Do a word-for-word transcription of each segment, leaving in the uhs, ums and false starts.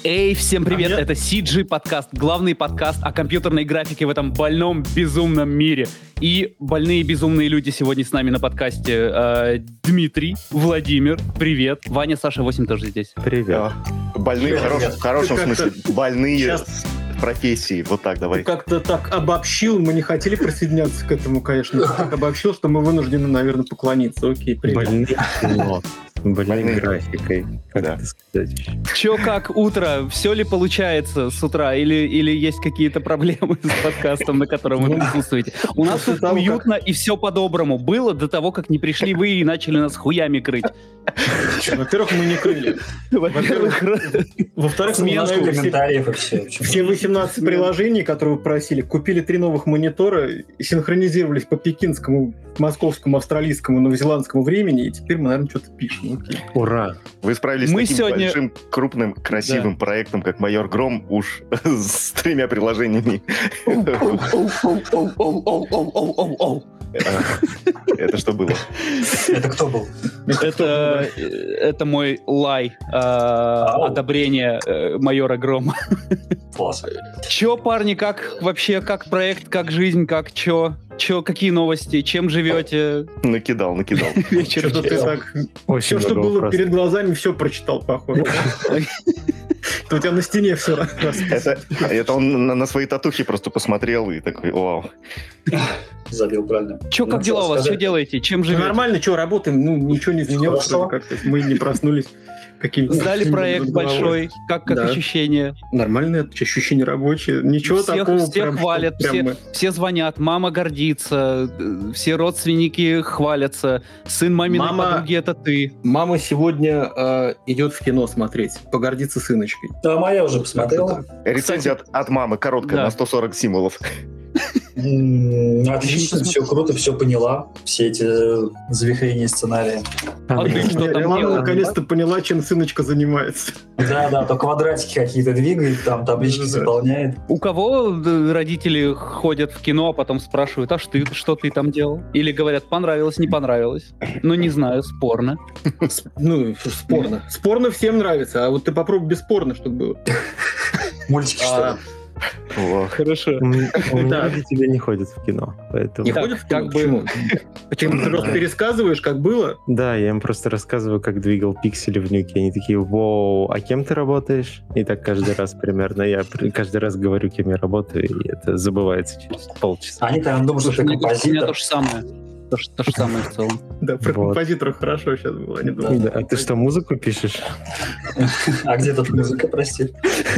Эй, всем привет, А это си джи подкаст, главный подкаст о компьютерной графике в этом больном, безумном мире. И больные, безумные люди сегодня с нами на подкасте. Э, Дмитрий, Владимир, привет. Ваня, Саша, восемь тоже здесь. Привет. А, Больные привет, в хорошем, привет. в хорошем Ты смысле. Больные Сейчас... в профессии. Вот так давай. Как-то так обобщил, мы не хотели присоединяться к этому, конечно. Так обобщил, что мы вынуждены, наверное, поклониться. Окей, привет. Больные кино. Больные графикой, как Да. это сказать. Че, как утро? Все ли получается с утра? Или, или есть какие-то проблемы с подкастом, на котором вы присутствуете? У нас тут уютно и все по-доброму. Было до того, как не пришли вы и начали нас хуями крыть. Во-первых, мы не крыли. Во-первых, Во-вторых, мы Немножко установили все, комментариев вообще. все восемнадцать приложений, которые вы просили, купили три новых монитора, и синхронизировались по пекинскому, московскому, австралийскому, новозеландскому времени, и теперь мы, наверное, что-то пишем. Окей. Ура! Вы справились Мы с таким сегодня- большим, крупным, красивым проектом, как «Майор Гром», уж с тремя приложениями. Это что было? Это кто был? Это, это мой лай, э, одобрение э, майора Грома. Класс. Чё, парни, как вообще, как проект, как жизнь, как чё? Чё, какие новости, чем живете? Накидал, накидал. Вечер Что-то ты вчера. так... Очень Все, что много было вопросов. перед глазами, все прочитал, походу. Это у тебя на стене все расписано. Это, это он на, на свои татухи просто посмотрел и такой, вау. Забил правильно. Чё, как Ну, дела у вас, сказать? что делаете, чем Ну, живете? нормально, что, работаем, ну, ничего не изменилось, Хорошо. вроде как-то мы не проснулись какими-то... Сдали проект головой. большой, как, как Да. ощущения? Нормальное ощущение рабочее, ничего Всех, такого. всех прям, что хвалят, прям все, мы- все звонят, мама гордится, э, все родственники хвалятся, сын маминой Мама- подруги — это ты. Мама сегодня э, идет в кино смотреть, погордиться сыночкой. Да, моя уже посмотрела. Рецензия от, от мамы, короткая, Да. на сто сорок символов. М, Отлично, все круто, все поняла. Все эти завихрения сценария. А ты что Нет, там мама делала? наконец-то поняла, чем сыночка занимается. Да, да, то квадратики какие-то двигает, там таблички Да-да-да. заполняет. У кого э, родители ходят в кино, а потом спрашивают, а что ты, что ты там делал? Или говорят, понравилось, не понравилось? Ну, не знаю, спорно. Ну, спорно. Спорно всем нравится, а вот ты попробуй бесспорно, чтобы было. Мультики, что А, ли? Во. Хорошо. У меня у меня Да. родители не ходят в кино, поэтому... Не Так, ходят в кино? как бы- Почему? Почему? Ты просто пересказываешь, как было? Да, я им просто рассказываю, как двигал пиксели в нюке. Они такие, вау, а кем ты работаешь? И так каждый раз примерно. Я при- каждый раз говорю, кем я работаю, и это забывается через полчаса. Они там думают, что ты Мне кажется, у меня композитор. то же самое. То, же- то же самое в целом. Да, про Вот. композиторов хорошо сейчас было. Они Да. думают, Да, а ты что, музыку пишешь? А где тут музыка, прости?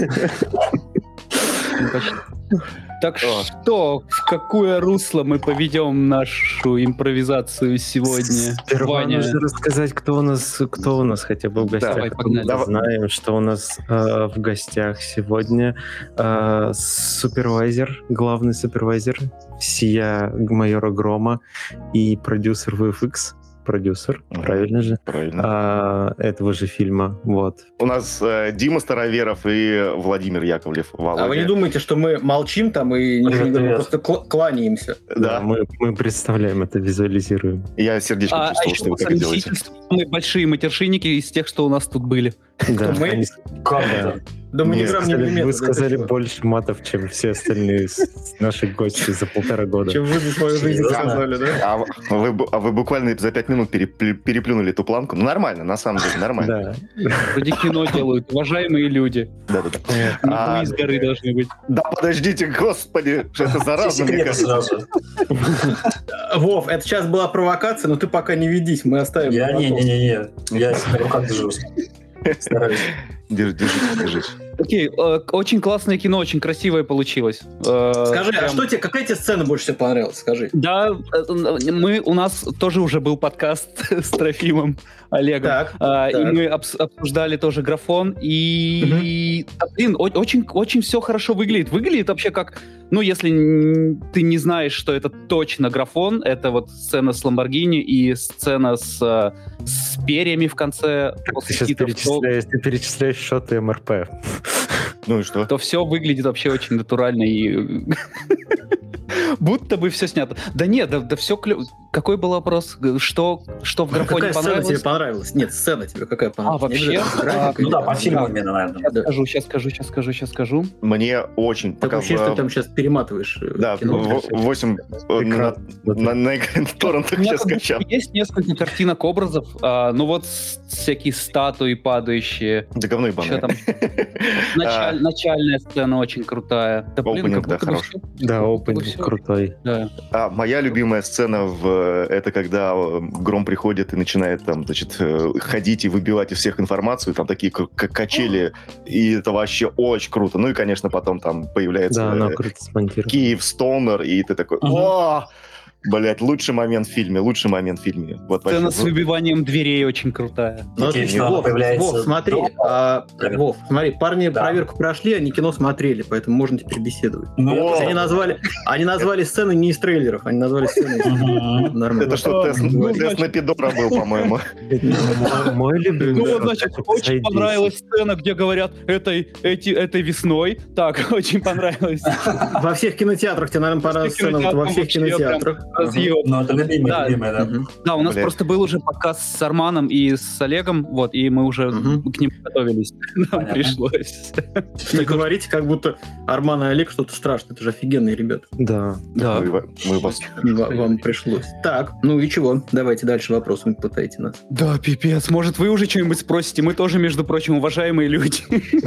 Ну, почти. Так О. что, в какое русло мы поведем нашу импровизацию сегодня? Сперва Ваня, нужно рассказать, кто у нас, кто у нас хотя бы в гостях. Давай, А то погнали. мы Давай. знаем, что у нас э, в гостях сегодня э, супервайзер, главный супервайзер сия майора Грома и продюсер ви эф икс, продюсер, Мгм. правильно же, Правильно. а, этого же фильма. Вот. У нас э, Дима Староверов и Владимир Яковлев. Володя. А вы не думаете, что мы молчим там и ничего не говорим, Привет. просто кла- кланяемся? Да, мы, мы представляем это, визуализируем. я сердечко а, а чувствовал, еще что вы по так и делаете. совместительству самые большие матершинники из тех, что у нас тут были. Да, мы? они Как Да. это? Да мы Вы ни грамм не сказали, миллиметра. вы да, сказали это чё? больше матов, чем все остальные с- наши гости за полтора года. Чем вы за свою жизнь Серьезно? сказали, да? А вы, бу- а вы буквально за пять минут переплю- переплюнули эту планку. Ну, нормально, на самом деле, нормально. Да. Вроде кино делают, уважаемые люди. Да-да-да. Не А, из горы должны быть. Да подождите, господи, это Все заразно, мне секреты кажется. сразу. Вов, это сейчас была провокация, но ты пока не ведись, мы оставим. Я на потом. не-не-не, я себя в руках держу. Стараюсь. Держи- Держите, держите. Окей, э, очень классное кино, очень красивое получилось. Э, Скажи, а прям- что тебе, какая тебе сцена больше всего понравилась? Скажи. Да, э, мы, у нас тоже уже был подкаст с Трофимом Олегом. Так, А, и так. мы обс- обсуждали тоже графон, и, да, блин, о- очень, очень все хорошо выглядит. Выглядит вообще как, ну, если н- ты не знаешь, что это точно графон, это вот сцена с Ламборгини и сцена с, э, с перьями в конце. Ты после сейчас титров, то, перечисляешь, ты перечисляешь шоты эм эр пэ. Ну и что? то все выглядит вообще очень натурально и будто бы все снято. Да нет, да, да все клево. какой был вопрос? Что, что в графоне какая понравилось? сцена тебе понравилась? Нет, сцена тебе какая понравилась? А, вообще? А, Ну да, по фильму именно, наверное. Сейчас скажу, сейчас скажу, сейчас скажу, сейчас скажу. Мне очень... Такое ощущение, что ты там сейчас перематываешь э, Да, кино. восемь на, на, на экран торрентах У меня сейчас как бы скачал. есть несколько картинок, образов, а, ну вот с- всякие статуи падающие. Да говно Что ебаное. там? Началь- начальная сцена очень крутая. Да, блин, Opening, как да, будто бы хорош. всё- Да, как будто бы опенинг всё- крутой. Да. А моя любимая сцена в это когда э, Гром приходит и начинает там, значит, э, ходить и выбивать из всех информацию, там такие к- к- качели, и это вообще очень круто. Ну и, конечно, потом там появляется Да, она э, круто смонтирована. Киев Стоунер, и ты такой, о, блядь, лучший момент в фильме, лучший момент в фильме. Вот Сцена вообще. с выбиванием дверей очень крутая. Ну, Отлично, Вов, появляется Вов, смотри, дома. а, Проверка. Вов, смотри, парни Да. проверку прошли, они кино смотрели, поэтому можно теперь беседовать. Ну, О! Они назвали, они назвали сцены не из трейлеров, они назвали сцены из Мгм. нормально. Это что, тест, Ну, тест значит- на пидора был, по-моему. Мой- Мой любимый. Ну вот, шот значит, это очень Сайдис. понравилась сцена, где говорят этой, эти, этой весной. Так, очень понравилось. Во всех кинотеатрах тебе, наверное, понравилась всех сцена вот во всех кинотеатрах кинотеатрах. Разъем. Ну, это любимая, Да. любимая, да. Мгм. Да, у нас Блядь. просто был уже подкаст с Арманом и с Олегом, вот, и мы уже Мгм. к ним готовились. Нам Понятно. пришлось. Не говорите, как будто Арман и Олег что-то страшное. Это же офигенные ребята. Да. Да. Мы, мы вас... Ва- Вам пришлось. Так, ну и чего? Давайте дальше вопросами пытайте нас. Да, пипец. Может, вы уже что-нибудь спросите? Мы тоже, между прочим, уважаемые люди.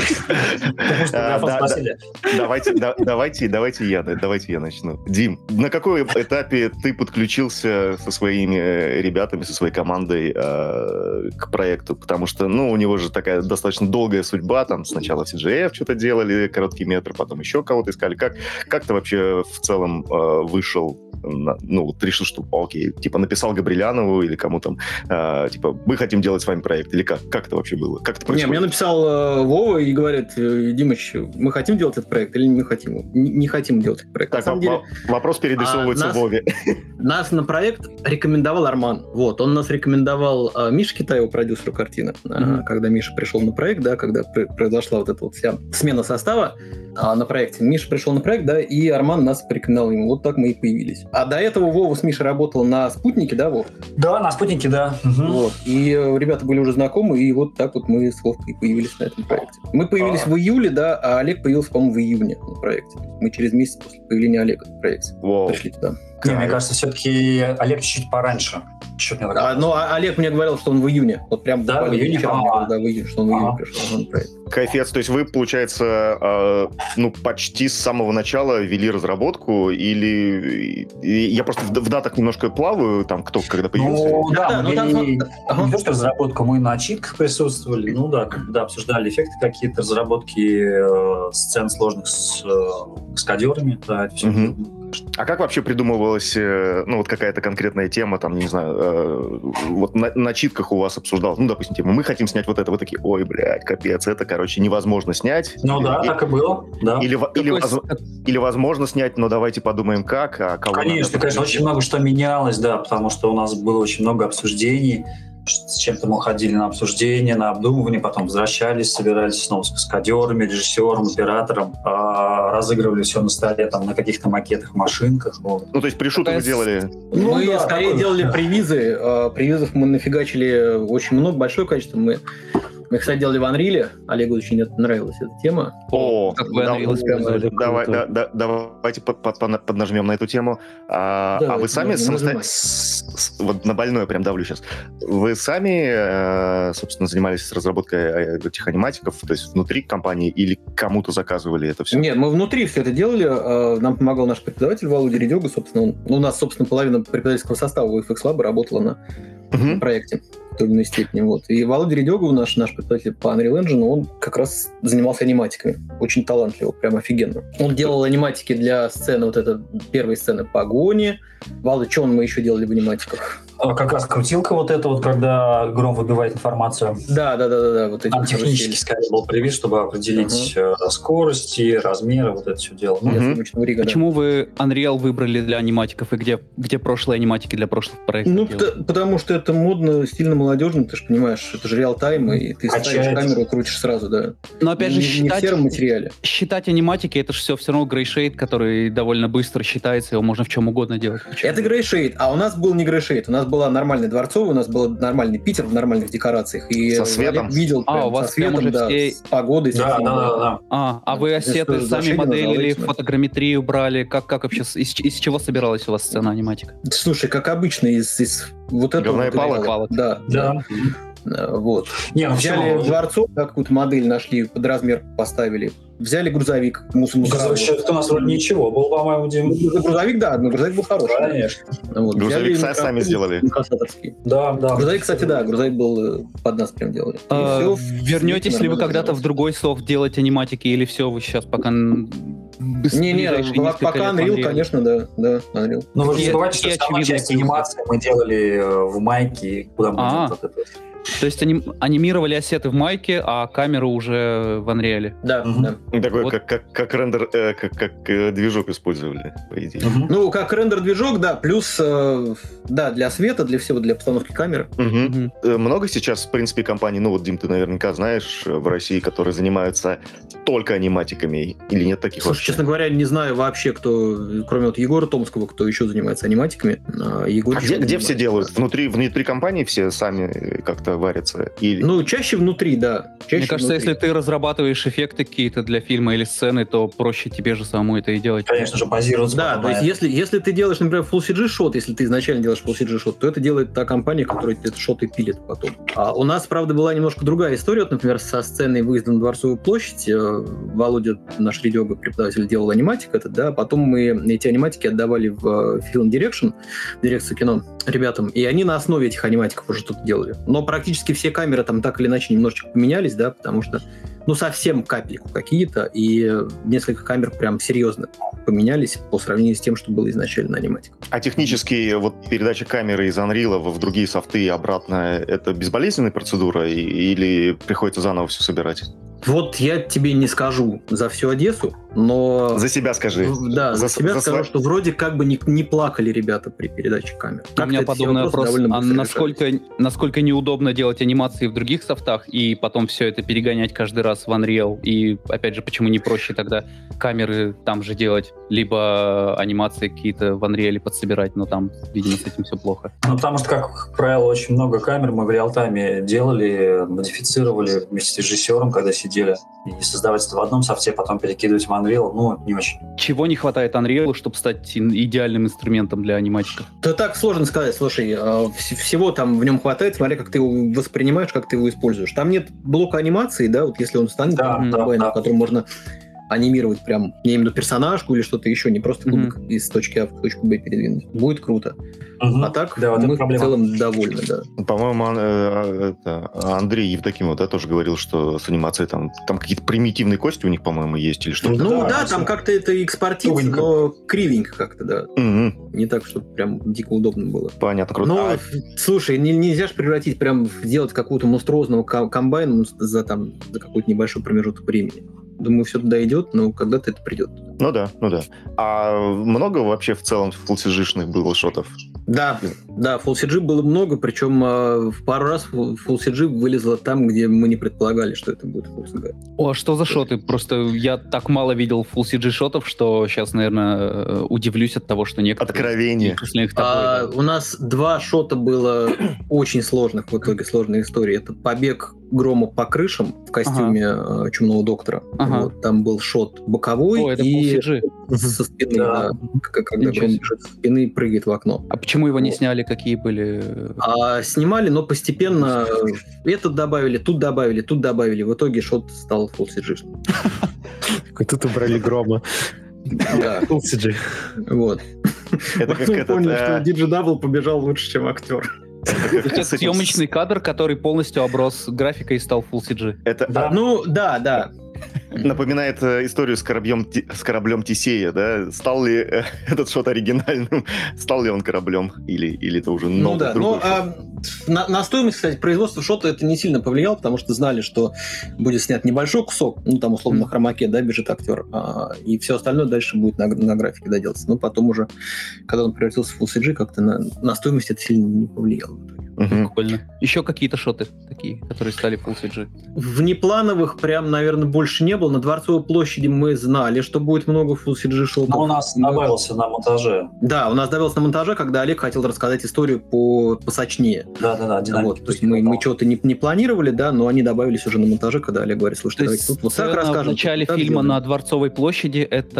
Потому что А, графа да, да. спросили. Давайте, да- давайте, давайте я, давайте я начну. Дим, на какой этапе ты подключился со своими э, ребятами, со своей командой э, к проекту? Потому что, ну, у него же такая достаточно долгая судьба. Там сначала в си джи эф что-то делали, короткий метр, потом еще кого-то искали. Как, как ты вообще в целом э, вышел? На, ну, вот решил, что окей, типа написал Габрилянову или кому там, э, типа, мы хотим делать с вами проект. Или как? Как это вообще было? Как это Не, происходит? мне написал э, Вова и говорит, э, Димыч, мы хотим делать этот проект или не хотим? Не, не хотим делать этот проект. Так, На самом во- деле, во- вопрос перерисовывается а, нас- Вове. нас на проект рекомендовал Арман. Вот, он нас рекомендовал э, Мише Китаеву, продюсеру картины. Э, Мгм. Когда Миша пришел на проект, да, когда пр- произошла вот эта вот вся смена состава а, на проекте. Миша пришел на проект, да, и Арман нас порекомендовал ему. Вот так мы и появились. А до этого Вова с Мишей работал на «Спутнике», да, Вов? Да, на спутнике, да. Мгм. Вот. И э, ребята были уже знакомы, и вот так вот мы с Вовкой появились на этом проекте. Мы появились А. в июле, да, а Олег появился, по-моему, в июне на проекте. Мы через месяц после появления Олега на проекте Воу. пришли туда. Не, мне кажется, все-таки Олег чуть пораньше. Чуть мне так А, но а- Олег мне говорил, что он в июне. Вот прям Да, буквально в июне? вчера мне А. говорил, да, в июне, что он в июне Ага. пришел на проект. Кайфец, то есть вы, получается, э, ну, почти с самого начала вели разработку, или... и я просто в, в датах немножко плаваю, там, кто когда появился. Ну, да, Да, мы ну, там- вели ага. не то, что разработку, мы на читках присутствовали, ну да, когда обсуждали эффекты какие-то, разработки э, сцен сложных с э, каскадерами, да, это все. Мгм. А как вообще придумывалась, э, ну, вот какая-то конкретная тема, там, не знаю, э, вот на, на читках у вас обсуждалось, ну, допустим, тема, мы хотим снять вот это, вы такие, ой, блядь, капец, это, короче, невозможно снять. Ну да, И- так и было, да. Или, во- или, Какой воз- или возможно снять, но давайте подумаем, как, а кого Конечно, надо конечно, очень много что менялось, да, потому что у нас было очень много обсуждений, ш- с чем-то мы ходили на обсуждение, на обдумывание, потом возвращались, собирались снова с каскадерами, режиссером, оператором, а, разыгрывали все на столе, там, на каких-то макетах, машинках. Вот. Ну, то есть пришуты Какая вы делали... Ну мы да, скорее такой- делали привизы. э, Привизов мы нафигачили очень много, большое количество. Мы, мы кстати, делали в Unreal. Олегу очень это нравилась эта тема. О, как вы да, Unreal использовали. давай, Круто. да, да, давайте под- под- под- поднажмем на эту тему. А, Давай, а вы сами давай, самостоятельно, нажимай. с- с- вот на больное прям давлю сейчас, вы сами, э, собственно, занимались разработкой э, этих аниматиков, то есть внутри компании, или кому-то заказывали это все? Нет, мы внутри все это делали. э, Нам помогал наш преподаватель Володя Редега. Собственно, он- ну, у нас, собственно, половина преподавательского состава у эф икс Lab работала на Мгм. проекте в той или иной степени. Вот. И Володя Редегов, наш, наш преподаватель по Unreal Engine, он как раз занимался аниматиками. Очень талантливо, прям офигенно. Он делал аниматики для сцены, вот это первой сцены погони. Володя, что мы еще делали в аниматиках? А, как раз крутилка вот эта вот, когда Гром выбивает информацию. Да, да, да, да, да. Вот эти Там технически, скорее, был привид, чтобы определить uh-huh. скорости, размеры, вот это все дело. Uh-huh. Почему вы Unreal выбрали для аниматиков, и где, где прошлые аниматики для прошлых проектов? Ну, п- потому что это модно, стильно, молодежно, ты же понимаешь, это же реал-тайм, и ты ставишь Качает. камеру и крутишь сразу, да. Но опять не, же, считать, не в сером материале. Считать аниматики, это же все все равно грейшейд, который довольно быстро считается, его можно в чем угодно делать. Почему? Это грейшейд, а у нас был не грейшейд, у нас была нормальная дворцовая, у нас был нормальный Питер в нормальных декорациях. И со светом? Олег видел а, прям, у вас со светом, уже да, все... с погодой. Да, да, да, да. А, а вы ассеты сами моделили, фотограмметрию брали? Как, как вообще, из, из чего собиралась у вас сцена аниматика? Слушай, как обычно, из, из вот этого... Говная палок? палок. Да, да. да. Вот. Не, ну, взяли все, дворцов, какую-то модель нашли, под размер поставили. Взяли грузовик. Грузовик у нас вроде ничего был, по-моему, Дим. Грузовик, да, но грузовик был хороший. Конечно. Вот. Грузовик взяли сами сделали. Да, да. Грузовик, кстати, да, грузовик был под нас прям делали. А, вернетесь ли вы когда-то в другой софт делать аниматики, или все, вы сейчас пока... Не-не, пока Unreal, конечно, да, да, Unreal. Ну, вы же не забывайте, что основная часть анимации мы делали в майке, куда мы вот это... То есть они анимировали ассеты в майке, а камеру уже в Unreal. Да, угу. да. Такой, вот. как, как, как рендер, э, как, как э, движок использовали, по идее. Угу. Ну, как рендер-движок, да, плюс, э, да, для света, для всего, для постановки камеры. Угу. Угу. Много сейчас, в принципе, компаний, ну вот, Дим, ты наверняка знаешь, в России, которые занимаются только аниматиками, или нет таких? Слушай, честно говоря, не знаю вообще, кто, кроме вот Егора Томского, кто еще занимается аниматиками. А, Егор а где, где все делают? Внутри, внутри компании все сами как-то варятся? Или... Ну, чаще внутри, да. Чаще Мне кажется, внутри. если ты разрабатываешь эффекты какие-то для фильма или сцены, то проще тебе же самому это и делать. Конечно же, базироваться. Да, то есть если, если ты делаешь, например, Full си джи-шот, если ты изначально делаешь Full си джи-шот, то это делает та компания, которая этот шот и пилит потом. А у нас, правда, была немножко другая история. Вот, например, со сценой выезда на Дворцовую площадь. Володя, наш Редега, преподаватель, делал аниматик этот, да, потом мы эти аниматики отдавали в Film Direction, дирекцию кино, ребятам, и они на основе этих аниматиков уже что-то делали. Но практически все камеры там так или иначе немножечко поменялись, да, потому что, ну, совсем капельку какие-то, и несколько камер прям серьезно поменялись по сравнению с тем, что было изначально на аниматиках. А технически вот передача камеры из Unreal в другие софты и обратно, это безболезненная процедура или приходится заново все собирать? Вот я тебе не скажу за всю Одессу, но... За себя скажи. Да, за, за себя за скажу, сва... что вроде как бы не, не плакали ребята при передаче камер. У меня подобный вопрос, а насколько, насколько неудобно делать анимации в других софтах и потом все это перегонять каждый раз в Unreal? И, опять же, почему не проще тогда камеры там же делать, либо анимации какие-то в Unreal подсобирать, но там, видимо, с этим все плохо. Ну, потому что, как правило, очень много камер мы в реал-тайме делали, модифицировали вместе с режиссером, когда сидели. И создавать это в одном софте, потом перекидывать в Unreal, ну, не очень. Чего не хватает Unreal, чтобы стать идеальным инструментом для аниматиков? Да так сложно сказать. Слушай, всего там в нем хватает, смотря как ты его воспринимаешь, как ты его используешь. Там нет блока анимации, да, вот если он станет, да, там, да, комбайном, да. в котором можно анимировать прям, я имею в виду персонажку или что-то еще, не просто кубик mm-hmm. из точки А в точку Б передвинуть. Будет круто. Uh-huh. А так да, мы в целом довольны, да. По-моему, это, Андрей Евдокимов, да, тоже говорил, что с анимацией там, там какие-то примитивные кости у них, по-моему, есть или что-то. Ну да, да там как-то это экспортится, но кривенько как-то, да. Uh-huh. Не так, чтобы прям дико удобно было. Понятно, круто. Но, а... слушай, не, нельзя же превратить, прям сделать какую-то монструозного комбайна за, там, за какой-то небольшой промежуток времени. Думаю, все туда идет, но когда-то это придет. Ну да, ну да. А много вообще в целом Full си джи-шных было шотов? Да, да, Full си джи было много, причем э, в пару раз Full си джи вылезло там, где мы не предполагали, что это будет Full си джи. О, что за шоты? Просто я так мало видел Full си джи-шотов, что сейчас, наверное, удивлюсь от того, что некоторые... Откровение. А, у нас два шота было очень сложных, в итоге сложной истории. Это побег Грома по крышам в костюме ага. Чумного доктора. Ага. Вот, там был шот боковой. О, это и Full си джи. Со спины, да. Да, когда Гром бежит со спины и прыгает в окно. А почему его не сняли? Какие были? А, снимали, но постепенно этот добавили, тут добавили, тут добавили. В итоге шот стал Full си джи. Тут убрали Грома. Да. Full си джи. Вот. Это как это... поняли, что ди джей Double побежал лучше, чем актер. Это съемочный кадр, который полностью оброс графикой и стал Full си джи. Это, да. Ну, да, да. Напоминает э, историю с кораблем, Ти- с кораблем Тисея, да? Стал ли э, этот шот оригинальным? Стал ли он кораблем? Или, или это уже новый, Ну да, другой ну, шот? а, на, на стоимость, кстати, производства шота это не сильно повлияло, потому что знали, что будет снят небольшой кусок, ну там условно на хромаке, да, бежит актер, а, и все остальное дальше будет на, на графике доделаться. Но потом уже, когда он превратился в Full си джи, как-то на, на стоимость это сильно не повлияло в итоге. Мгм. Прикольно. Еще какие-то шоты такие, которые стали Full си джи? Внеплановых прям, наверное, больше не было. На Дворцовой площади мы знали, что будет много Full си джи шотов. Но у нас Мы- добавился на монтаже. Да, у нас добавилось на монтаже, когда Олег хотел рассказать историю по посочнее. Да-да-да, динамики. Вот, то есть мы, мы что-то не, не планировали, да, но они добавились уже на монтаже, когда Олег говорит, слушай, То давайте есть тут вот так сцена расскажем. в начале тут так фильма сделаем. на Дворцовой площади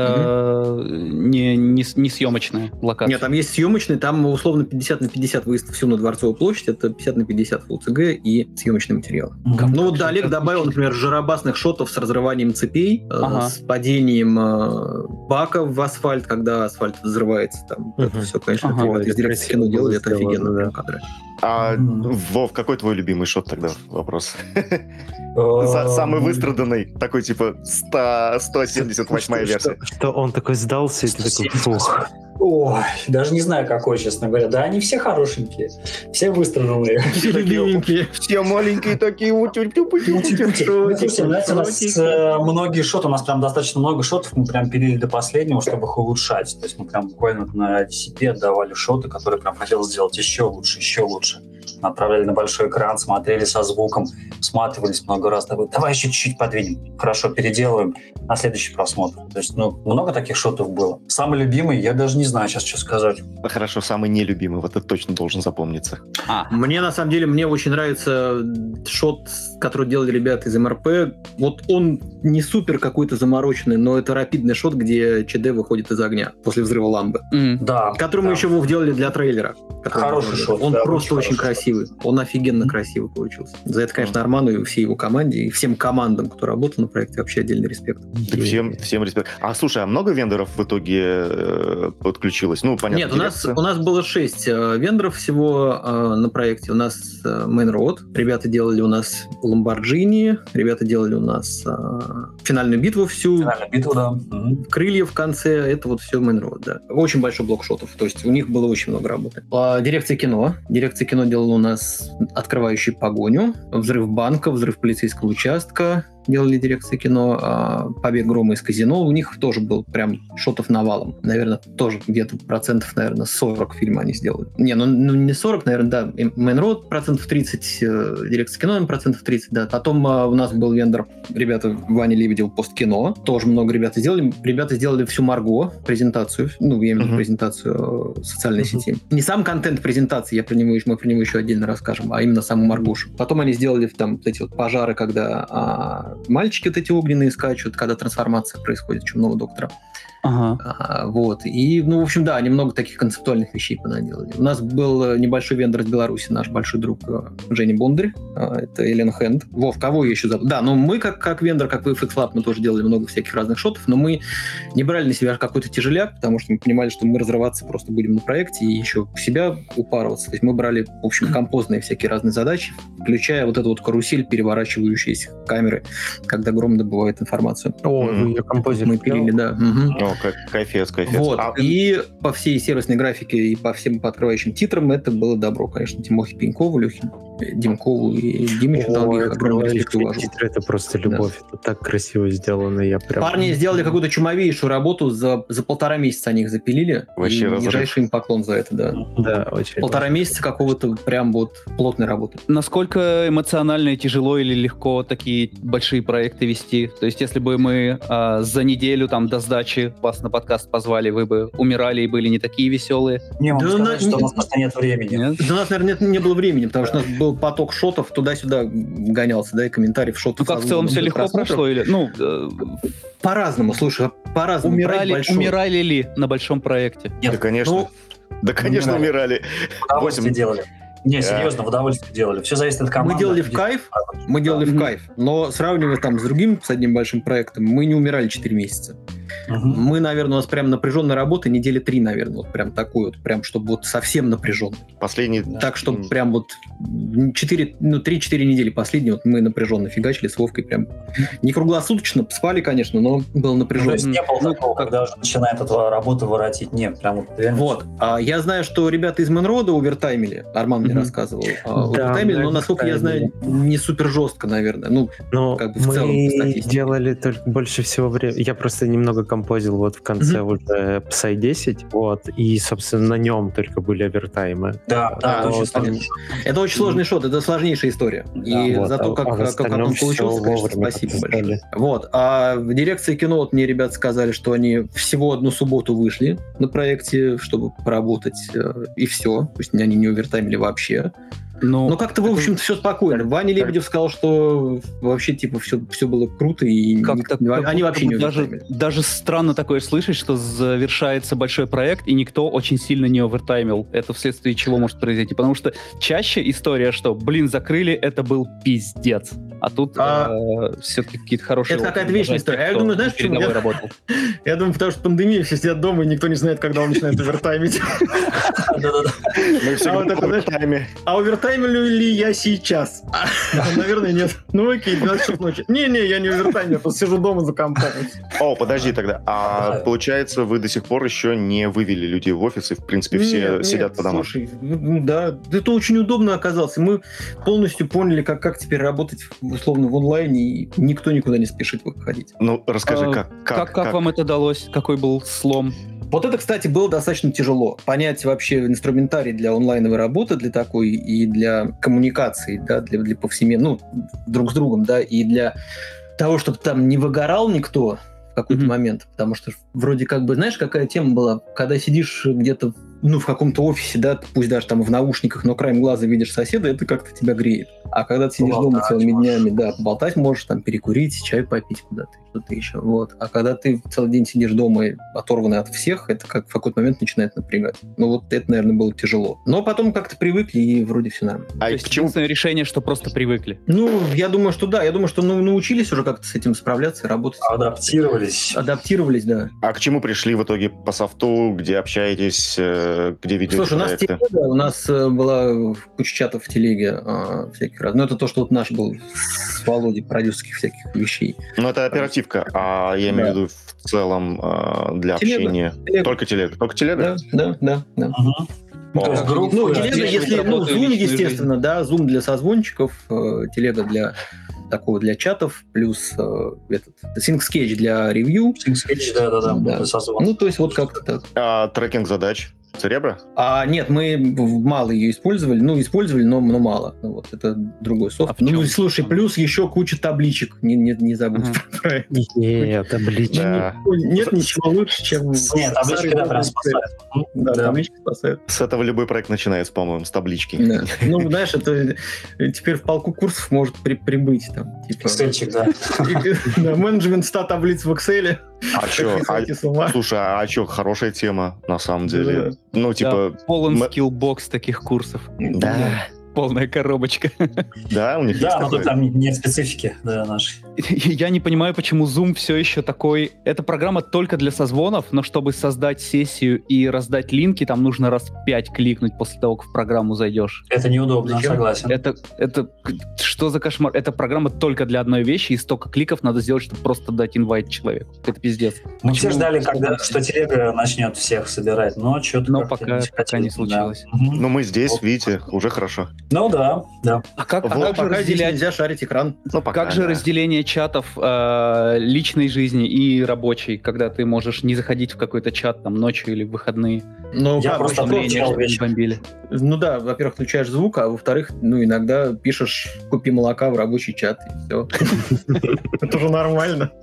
это не, не, с- не съемочная локация. Нет, там есть съемочный, там условно пятьдесят на пятьдесят выставка всю на Дворцовой площади, это пятьдесят на пятьдесят Full си джи и съемочный материал. Мгм. Ну вот да, Как Олег это добавил, отлично. например, жиробасных шотов с разрыванием цепей, э, Ага. с падением э, бака в асфальт, когда асфальт взрывается. Там. Это Мгм. все, конечно, Ага. ребята из Это дирекции красиво кино делали, было это сделано, офигенно. да. Прям кадры. А, Мгм. Вов, какой твой любимый шот тогда? Вопрос. Э, Са- Самый выстраданный, такой типа сто сто семьдесят восьмая Что- версия. Что, что он такой сдался, и ты такой, фух. Ой, даже не знаю, какой, честно говоря. Да, они все хорошенькие, все выстраданные. Любименькие. Все маленькие такие, вот Слушайте, знаете, у нас э, многие шоты, у нас прям достаточно много шотов, мы прям пилили до последнего, чтобы их улучшать. То есть мы прям буквально на десять отдавали шоты, которые прям хотелось сделать еще лучше, еще лучше. Отправляли на большой экран, смотрели со звуком, всматривались много раз. Давай, давай еще чуть-чуть подвинем. Хорошо, переделаем на следующий просмотр. То есть, ну, много таких шотов было. Самый любимый, я даже не знаю сейчас, что сказать. Хорошо, самый нелюбимый, вот это точно должен запомниться. А, Мне, на самом деле, мне очень нравится шот, который делали ребята из эм эр пэ. Вот он не супер какой-то замороченный, но это рапидный шот, где ЧД выходит из огня после взрыва ламбы. м. Да. Который мы да. еще Вов делали для трейлера. который Хороший мы делали. шот, Он да, просто очень очень хороший красивый. Он офигенно красивый получился. За это, конечно, Арману и всей его команде, и всем командам, кто работал на проекте, вообще отдельный респект. Так всем, всем респект. А слушай, а много вендоров в итоге э, подключилось? Ну, понятно, Нет, у нас, дирекция. у нас было шесть э, вендоров всего э, на проекте. У нас э, Main Road, ребята делали у нас Lamborghini, ребята делали у нас э, финальную битву всю, Финальная битва, да. Мгм. крылья в конце, это вот все Main Road, да. Очень большой блок шотов, то есть у них было очень много работы. А, дирекция кино. Дирекция кино делала у нас «Открывающий погоню», «Взрыв банка», «Взрыв полицейского участка», делали дирекция кино, а, «Побег грома из казино». У них тоже был прям шотов навалом. Наверное, тоже где-то процентов, наверное, сорок фильма они сделали. Не, ну, ну не сорок, наверное, да. Main Road процентов тридцать, э, дирекция кино наверное, процентов тридцать, да. Потом а, у нас был вендор, ребята, Ваня Лебедев, посткино. Тоже много ребят сделали. Ребята сделали всю Марго презентацию, ну, я имею в виду Мгм. презентацию э, социальной Мгм. сети. Не сам контент презентации, я про него, мы про него еще отдельно расскажем, а именно саму Маргошу. Потом они сделали там вот эти вот пожары, когда а, мальчики вот эти огненные скачут, когда трансформация происходит Чумного доктора. Ага. А, вот. И, ну, в общем, да, они много таких концептуальных вещей понаделали. У нас был э, небольшой вендор из Беларуси, наш большой друг э, Женя Бондарь. А, это Елена Хэнд. Вов, кого я еще забыл? Да, ну мы как, как вендор, как ви эф икс Lab, мы тоже делали много всяких разных шотов, но мы не брали на себя какой-то тяжеляк, потому что мы понимали, что мы разрываться просто будем на проекте и еще в себя упарываться. То есть мы брали, в общем, композные всякие разные задачи, включая вот эту вот карусель, переворачивающиеся камеры, когда Гром добывает информацию. О, Мгм. ее композитор. Мы пилили, да. Мгм. О, как, кайфец, кайфец. Вот. А, И по всей сервисной графике и по всем по открывающим титрам это было добро, конечно. Тимохе Пенькову, Лехе Димкову и Димычу Долгих. Огромный респект и уважу. Титры — это просто любовь. Это так красиво сделано. Я прям... Парни сделали какую-то чумовейшую работу, за, за полтора месяца они их запилили. Вообще и разрыв. нижайший им поклон за это, да. Да, очень. Полтора месяца какого-то прям вот плотной работы. Насколько эмоционально и тяжело или легко такие большие проекты вести? То есть, если бы мы а, за неделю там до сдачи вас на подкаст позвали, вы бы умирали и были не такие веселые? Не могу Да сказать, на- что у нас просто нет времени. Нет? Да у нас, наверное, нет- не было времени, потому что у нас был поток шотов, туда-сюда гонялся, да, и комментариев шотов. Ну как в целом все легко прошло или ну э, По-разному, слушай, по-разному. Проект умирали, большой. умирали ли на большом проекте? да, конечно. Ну, да, конечно, умирали. умирали. В удовольствие Восемь. делали. Не, Да. серьезно, в удовольствие делали. Все зависит от команды. Мы делали в кайф, мы делали в Мгм. кайф, но сравнивая там с другим, с одним большим проектом, мы не умирали четыре месяца. Угу. Мы, наверное, у нас прям напряженная работа недели три, наверное, вот прям такой вот, прям, чтобы вот совсем напряженный. Последний... Так, чтобы прям вот четыре, ну, три-четыре недели последние вот мы напряженно фигачили с Вовкой прям. Не круглосуточно, спали, конечно, но было напряженно. То есть не было Ну, такого, когда уже начинает эту работу воротить. Нет, прям вот реально. Вот. А я знаю, что ребята из Мэнрода овертаймили. Арман мне Мгм. рассказывал. А, Да, овертаймили, мы но, насколько я знаю, не супер жестко, наверное. Ну, Но как бы в мы целом по статистике. делали только больше всего времени. Я просто немного композил вот в конце Мгм. уже Psy десять, вот, и, собственно, на нем только были овертаймы. Да, да, А, это очень вот, сложно. это очень сложный шот, это сложнейшая история. И вот, за то, а- как, а в как, как остальном он получился, всё конечно, вовремя спасибо как-то большое. стали. Вот. А в дирекции кино вот мне ребята сказали, что они всего одну субботу вышли на проекте, чтобы поработать, э, и все. То есть они не овертаймили вообще. Ну, Но как-то, в общем-то, все спокойно. Ваня Лебедев сказал, что вообще, типа, все, все было круто, и как-то, ник- как они будто вообще бы не даже, овертаймили. даже странно такое слышать, что завершается большой проект, и никто очень сильно не овертаймил. Это вследствие чего может произойти? Потому что чаще история, что, блин, закрыли, это был пиздец. А тут А, все-таки какие-то хорошие... это какая-то опыты, вечная даже история. те, А я кто думаю, знаешь, почему? передовой Я- работал. Я думаю, потому что пандемия, все сидят дома, и никто не знает, когда он начинает овертаймить. Да-да-да. Мы всегда вот это, в знаешь, тайме. А овертаймлю ли я сейчас? Наверное, нет. Ну окей, двенадцать часов ночи. Не-не, я не овертаймлю, я просто сижу дома за компом. О, подожди тогда. А получается, вы до сих пор еще не вывели людей в офис, и, в принципе, все Нет, сидят нет, по домам? Слушай, ну да, это очень удобно оказалось. Мы полностью поняли, как, как теперь работать условно в онлайне, и никто никуда не спешит выходить. Ну, расскажи, А, как, Как, как вам это далось? Какой был слом? Вот это, кстати, было достаточно тяжело. Понять вообще инструментарий для онлайновой работы, для такой, и для коммуникации, да, для, для повсеместно, ну, друг с другом, да, и для того, чтобы там не выгорал никто в какой-то Мгм. момент. Потому что вроде как бы, знаешь, какая тема была? Когда сидишь где-то, ну, в каком-то офисе, да, пусть даже там в наушниках, но краем глаза видишь соседа, это как-то тебя греет. А когда ты сидишь дома Поболтать целыми можешь. днями, да, поболтать можешь, там, перекурить, чай попить куда-то, что-то еще, вот. А когда ты целый день сидишь дома и оторванный от всех, это как в какой-то момент начинает напрягать. Ну, вот это, наверное, было тяжело. Но потом как-то привыкли, и вроде все нормально. А То к есть чему? единственное решение, что просто привыкли. Ну, я думаю, что да, я думаю, что ну, научились уже как-то с этим справляться, работать. Адаптировались. Адаптировались, да. А к чему пришли в итоге по софту, где общаетесь, э, где ведете Слушай, у нас проекты? телега, у нас э, была куча чатов в телеге а, всяких раз. Ну, это то, что вот наш был с Володей, продюсерских всяких вещей. Ну, это оперативка, а я имею в виду в целом э, для Телега. общения. Телега. Только телега. Только телега? Да, да, да, да. Мгм. Ну, то есть О. группы, Ну, телега, отдельные если, ну, работаю Zoom, личную естественно, да, Zoom для созвончиков, э, телега для такого для чатов, плюс э, этот SyncSketch для ревью. SyncSketch, да-да-да, Да. это созвон. Ну, то есть вот как-то так. А трекинг задач? Церебра? А нет, мы в- мало ее использовали, ну, использовали, но, но мало. Ну, вот это другой софт. А в Ну, чем? слушай, плюс еще куча табличек, не, не, не забудь Ага. про это. Е, табличка. Да. Нет ничего лучше, чем... Нет, таблички, да, прям спасают. Мгм. Да, Да. таблички спасают. С этого любой проект начинается, по-моему, с таблички. Да. Ну, знаешь, это теперь в полку курсов может при, прибыть. Там, типа, Эксельчик, да. да, менеджмент ста таблиц в Excel. А что? Сойти с ума. Слушай, а что, хорошая тема, на самом деле. Да. Ну, типа, Полон мы- скиллбокс таких курсов. да, Полная коробочка. да, у них есть Да, но такое. тут там нет специфики, да, нашей. Я не понимаю, почему Zoom все еще такой... Эта программа только для созвонов, но чтобы создать сессию и раздать линки, там нужно раз пять кликнуть после того, как в программу зайдешь. Это неудобно, Зачем? согласен. Это, это что за кошмар? Эта программа только для одной вещи, и столько кликов надо сделать, чтобы просто дать инвайт человеку. Это пиздец. Мы все Почему? ждали, когда, что телега начнет всех собирать, но что-то Но пока- пока не случилось. Ну, мы здесь, Вот. видите, уже хорошо. Ну да, да. А как, а Вот как же Пока здесь разделять... нельзя шарить экран. Ну, пока, Как же да. разделение чатов э, личной жизни и рабочей, когда ты можешь не заходить в какой-то чат там ночью или в выходные? Ну, Я как, просто очень отключал просто. вечером. Бомбили. Ну да, во-первых, включаешь звук, а во-вторых, ну, иногда пишешь «купи молока» в рабочий чат, и все. Это уже нормально.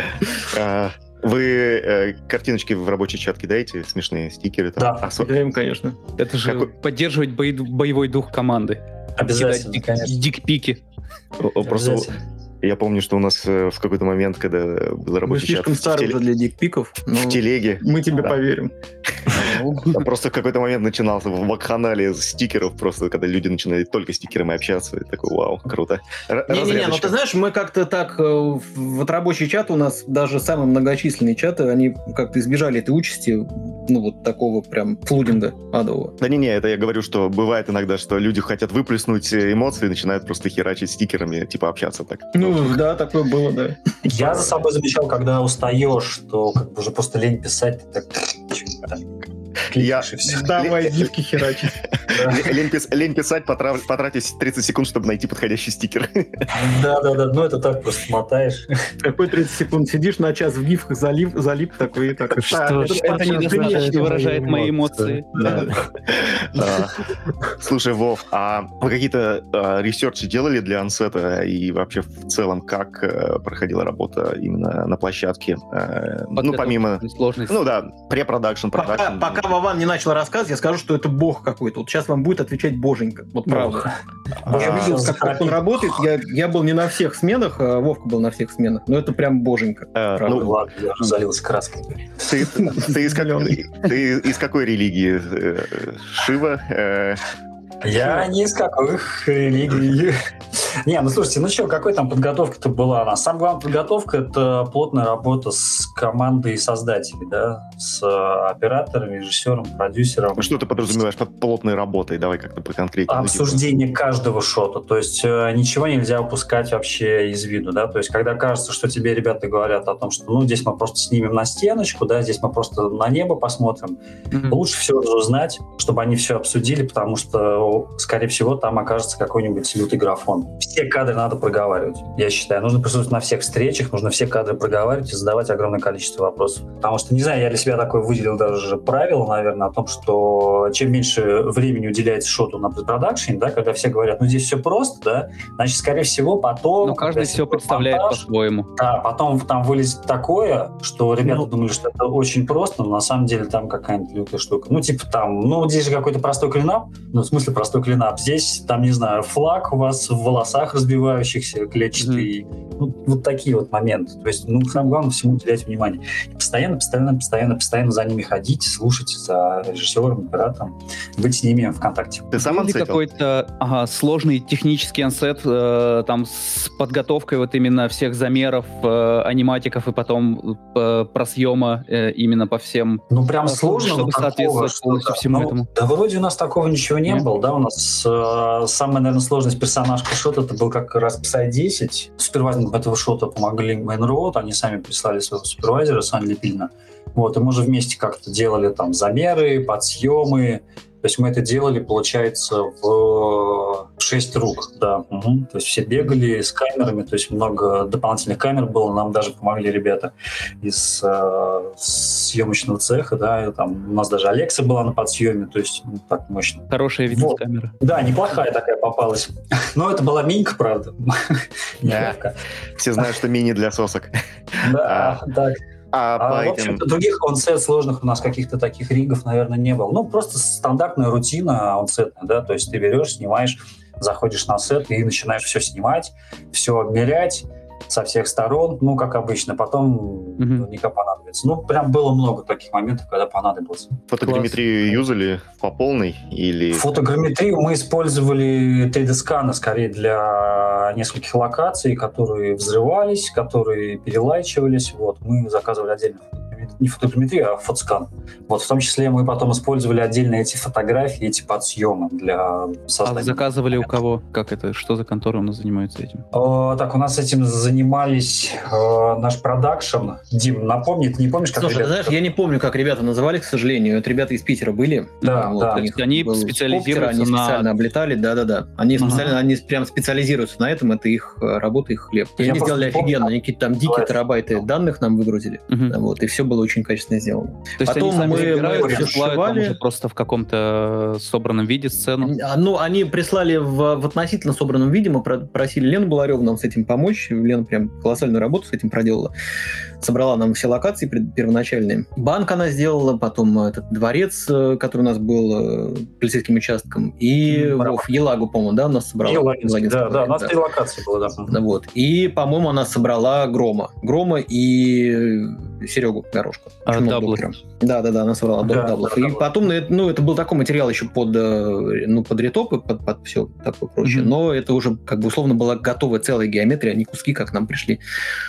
А, Вы э, картиночки в рабочий чат кидаете, смешные стикеры? Там? Да. А, со- Даем, конечно. Это же Какой- поддерживать бои- боевой дух команды. Обязательно, Кидать конечно. дик- дикпики. о- о, Просто Обязательно. я помню, что у нас э, в какой-то момент, когда был Мы рабочий чат слишком в, стары теле- уже для дикпиков, но в телеге, мы тебе Да. поверим. Там просто в какой-то момент начинался вакханалия стикеров, просто когда люди начинали только стикерами общаться. И такой, вау, круто. Не-не-не, ну ты знаешь, мы как-то так, вот рабочий чат у нас, даже самые многочисленные чаты, они как-то избежали этой участи, ну вот такого прям флудинга адового. Да не-не, это я говорю, что бывает иногда, что люди хотят выплеснуть эмоции и начинают просто херачить стикерами, типа общаться так. Ну да, такое было, да. Я за собой замечал, когда устаешь, что как бы уже просто лень писать, ты так... Я... Давай гифки херачить. Лень, пис... Лень писать, потрав... потратить тридцать секунд, чтобы найти подходящий стикер. Да-да-да, ну это так просто мотаешь. Какой тридцать секунд сидишь, на час в гифках залип, залип такой и так. Что ж, это недостаточно выражает мои эмоции. Слушай, Вов, а вы какие-то ресерчи делали для Ансета и вообще в целом, как проходила работа именно на площадке? Ну, помимо... Ну да, препродакшн, продакшн. Пока Вован не начал рассказ, я скажу, что это бог какой-то. Вот сейчас вам будет отвечать боженька. Вот правда. Я видел, как он работает. Я, я был не на всех сменах, а Вовка был на всех сменах. Но это прям боженька. А, ну ладно, я уже залился краской. Ты, ты, из, как, ты из какой религии? Шива? Я ни из каких религий. Не, ну слушайте, ну что, какой там подготовка-то была? На самом главная подготовка — это плотная работа с командой создателей, да, с операторами, режиссером, продюсером. Что ты подразумеваешь под плотной работой? Давай как-то поконкретнее. Обсуждение каждого шота, то есть э, ничего нельзя упускать вообще из виду, да, то есть когда кажется, что тебе ребята говорят о том, что ну здесь мы просто снимем на стеночку, да, здесь мы просто на небо посмотрим, mm-hmm. лучше все узнать, чтобы они все обсудили, потому что, скорее всего, там окажется какой-нибудь лютый графон. Все кадры надо проговаривать, я считаю. Нужно присутствовать на всех встречах, нужно все кадры проговаривать и задавать огромное количество вопросов. Потому что, не знаю, я для себя такое выделил даже правило, наверное, о том, что чем меньше времени уделяется шоту на предпродакшене, да, когда все говорят, ну здесь все просто, да, значит, скорее всего, потом... Ну, каждый все представляет монтаж, по-своему. Да, потом там вылезет такое, что ребята ну, думали, что это очень просто, но на самом деле там какая-нибудь лютая штука. Ну, типа там, ну, здесь же какой-то простой клинап, ну, в смысле простой клинап. Здесь, там, не знаю, флаг у вас в волосах разбивающихся, клетчатый. Mm-hmm. Ну, вот такие вот моменты. То есть, ну, самое главное, всему уделять внимание. И постоянно, постоянно, постоянно, постоянно за ними ходить, слушать, за режиссером, оператором, быть с ними в контакте. Ты сам ансетил? Какой-то ага, сложный технический ансет, э, там, с подготовкой вот именно всех замеров, э, аниматиков и потом э, просъема э, именно по всем... Ну, прям сложно, чтобы соответствовать полностью всему ну, этому. Да вроде у нас такого ничего не Нет? было, да, у нас э, самая, наверное, сложность персонажка шота это был как раз пси десять. Супервайзерам этого шота помогли Mainroad, они сами прислали своего супервайзера, Саня Лепильна. Вот, и мы же вместе как-то делали там замеры, подсъемы. То есть мы это делали, получается, в шесть рук, да. Угу. То есть все бегали с камерами, то есть много дополнительных камер было, нам даже помогли ребята из э, съемочного цеха, да, и там у нас даже Алекса была на подсъеме, то есть ну, так мощно. Хорошая видеокамера. Вот. Да, неплохая такая попалась. Но это была минька, правда. Все знают, что мини для сосок. Да, так. А, а в общем-то, других онсет сложных у нас каких-то таких ригов, наверное, не было. Ну, просто стандартная рутина онсетная, да, то есть ты берешь, снимаешь, заходишь на сет и начинаешь все снимать, все мерять со всех сторон, ну, как обычно, потом mm-hmm. наверняка понадобится. Ну, прям было много таких моментов, когда понадобилось. Фотограмметрию юзали по полной или... Фотограмметрию мы использовали три дэ-сканы, скорее, для нескольких локаций, которые взрывались, которые перелайчивались. Вот, мы заказывали отдельно не фотограмметрию, а фотоскан. Вот, в том числе мы потом использовали отдельно эти фотографии, эти подсъемы для создания. А заказывали у кого? Как это? Что за контора у нас занимается этим? О, так, у нас этим занимались э, наш продакшн. Дим, напомни, ты не помнишь, как Слушай, ребята... знаешь, я не помню, как ребята назывались, к сожалению. Это ребята из Питера были. Да, вот, да. У них они был специализируются Коптер, на... Они специально облетали, да-да-да. Они Ага. специально, они прям специализируются на этом, это их работа, их хлеб. И Я они сделали помню, офигенно, они какие-то там дикие давай. терабайты данных нам выгрузили. Угу. Вот, и все было очень качественно сделано. То есть Потом они сами мы- собирают, мы присылают вам сшивали. уже просто в каком-то собранном виде сцену? А, Ну, они прислали в, в относительно собранном виде, мы про- просили Лену Балареву нам с этим помочь. Лена прям колоссальную работу с этим проделала. собрала нам все локации пред- первоначальные. Банк она сделала, потом этот дворец, который у нас был полицейским участком, и Браво. Вов, Елагу, по-моему, да, у нас собрала. Елагинский, да, да, у нас да. три локации было, да. Вот. И, по-моему, она собрала Грома. Грома и Серегу Горошко. А, Очень много даблы. докеров. Да-да-да, она собрала Да, даблов. да, И даблы. потом, ну, это, ну, это был такой материал еще под, э, ну, под ретопы, под, под все такое прочее. Мгм. Но это уже, как бы, условно, была готовая целая геометрия, а не куски, как нам пришли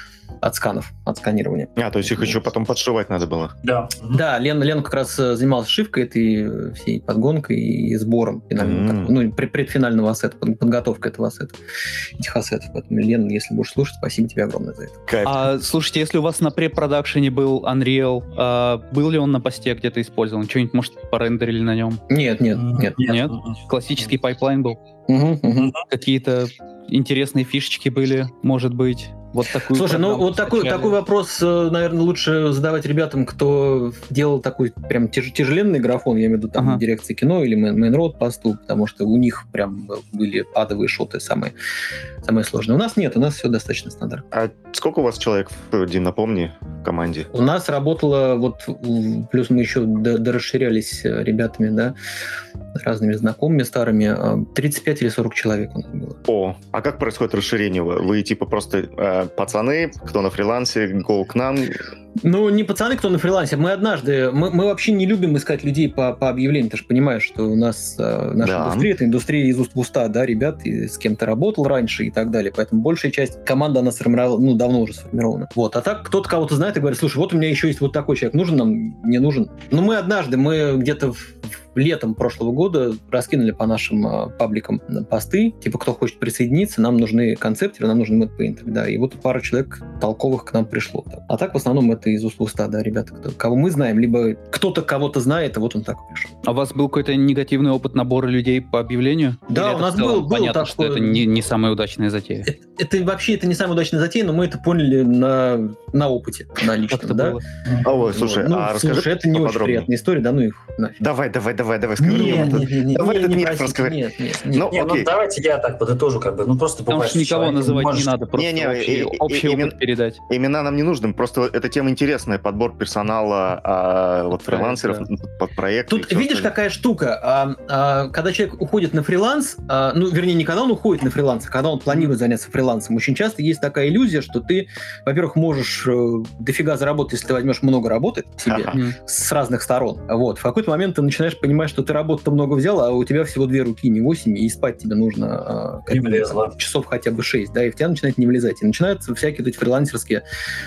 от сканов, от сканирования. А, то есть их еще потом подшивать надо было. Да. Да, Лена, Лена как раз э, занималась шивкой этой э, всей подгонкой и сбором финального, М. как- ну, пред- предфинального ассета, под- подготовкой этого ассета, этих ассетов. Поэтому, Лена, если будешь слушать, спасибо тебе огромное за это. Кайф. А, слушайте, если у вас на препродакшене был Unreal, а, был ли он на посте где-то использован? Что-нибудь, может, порендерили на нем? Нет, нет, нет. Нет? Мгм. Классический пайплайн был? Мгм, мгм. Какие-то интересные фишечки были, может быть? Вот такую Слушай, ну программу вот такой, скачали. такой вопрос, э, наверное, лучше задавать ребятам, кто делал такой прям тяж- тяжеленный графон, я имею в виду там Ага. дирекции кино или Мейнроуд посту, потому что у них прям были адовые шоты самые, самые сложные. У нас нет, у нас все достаточно стандартно. А сколько у вас человек, Дим, напомни, в команде? У нас работало, вот м, плюс мы еще до- дорасширялись э, ребятами, да, разными знакомыми старыми, э, тридцать пять или сорок человек у нас было. О, а как происходит расширение? Вы, вы, типа просто э, пацаны, кто на фрилансе, go к нам? Ну, не пацаны, кто на фрилансе. Мы однажды... Мы, мы вообще не любим искать людей по, по объявлениям. Ты же понимаешь, что у нас э, наша Да. индустрия, это индустрия из уст в уста, да, ребят, и с кем-то работал раньше и так далее. Поэтому большая часть команды, она сформировала, ну, давно уже сформирована. Вот. А так кто-то кого-то знает и говорит, слушай, вот у меня еще есть вот такой человек, нужен нам, не нужен. Ну, мы однажды, мы где-то в, в летом прошлого года раскинули по нашим э, пабликам посты, типа, кто хочет присоединиться, нам нужны концептеры, нам нужны мэтпейнтеры, да. И вот пару человек толковых к нам пришло. А так, в основном, это из уст в уста, да, ребята, кто, кого мы знаем, либо кто-то кого-то знает, и вот он так пришел. А у вас был какой-то негативный опыт набора людей по объявлению? Да, Или у это нас в целом был- был понятно, что такой- это не, не самая удачная затея? Это, это вообще это не самая удачная затея, но мы это поняли на, на опыте, на Как личном, это да. было? Ой, слушай, Вот. Ну, а расскажи слушай, это не очень поподробнее. приятная история, да ну их нафиг. Давай, давай, давай, давай, скажи Не, нам это. не, не, не, Давай не, этот не миф просите, расскажи. нет, нет, нет. Ну, Не, ну окей. давайте я так подытожу, как бы, ну просто Потому что бывает, никого человек называть может- не надо, просто Не-не, общий, и- и- общий именно- опыт передать. Имена нам не нужны, просто эта тема интересная, подбор персонала, а, вот Проект, фрилансеров под проект. Тут видишь, какая штука, а, а, когда человек уходит на фриланс, а, ну, вернее, не когда он уходит на фриланс, а когда он планирует заняться фрилансом, очень часто есть такая иллюзия, что ты, во-первых, можешь э, дофига заработать, если ты возьмешь много работы себе Ага. Мгм. с разных сторон. Вот. В какой-то момент ты начинаешь понимать, что ты работы много взял, а у тебя всего две руки, не восемь, и спать тебе нужно а, как Не минимум, влезло. там, часов хотя бы шесть, да, и в тебя начинает не влезать. И начинаются всякие вот эти фрилансерские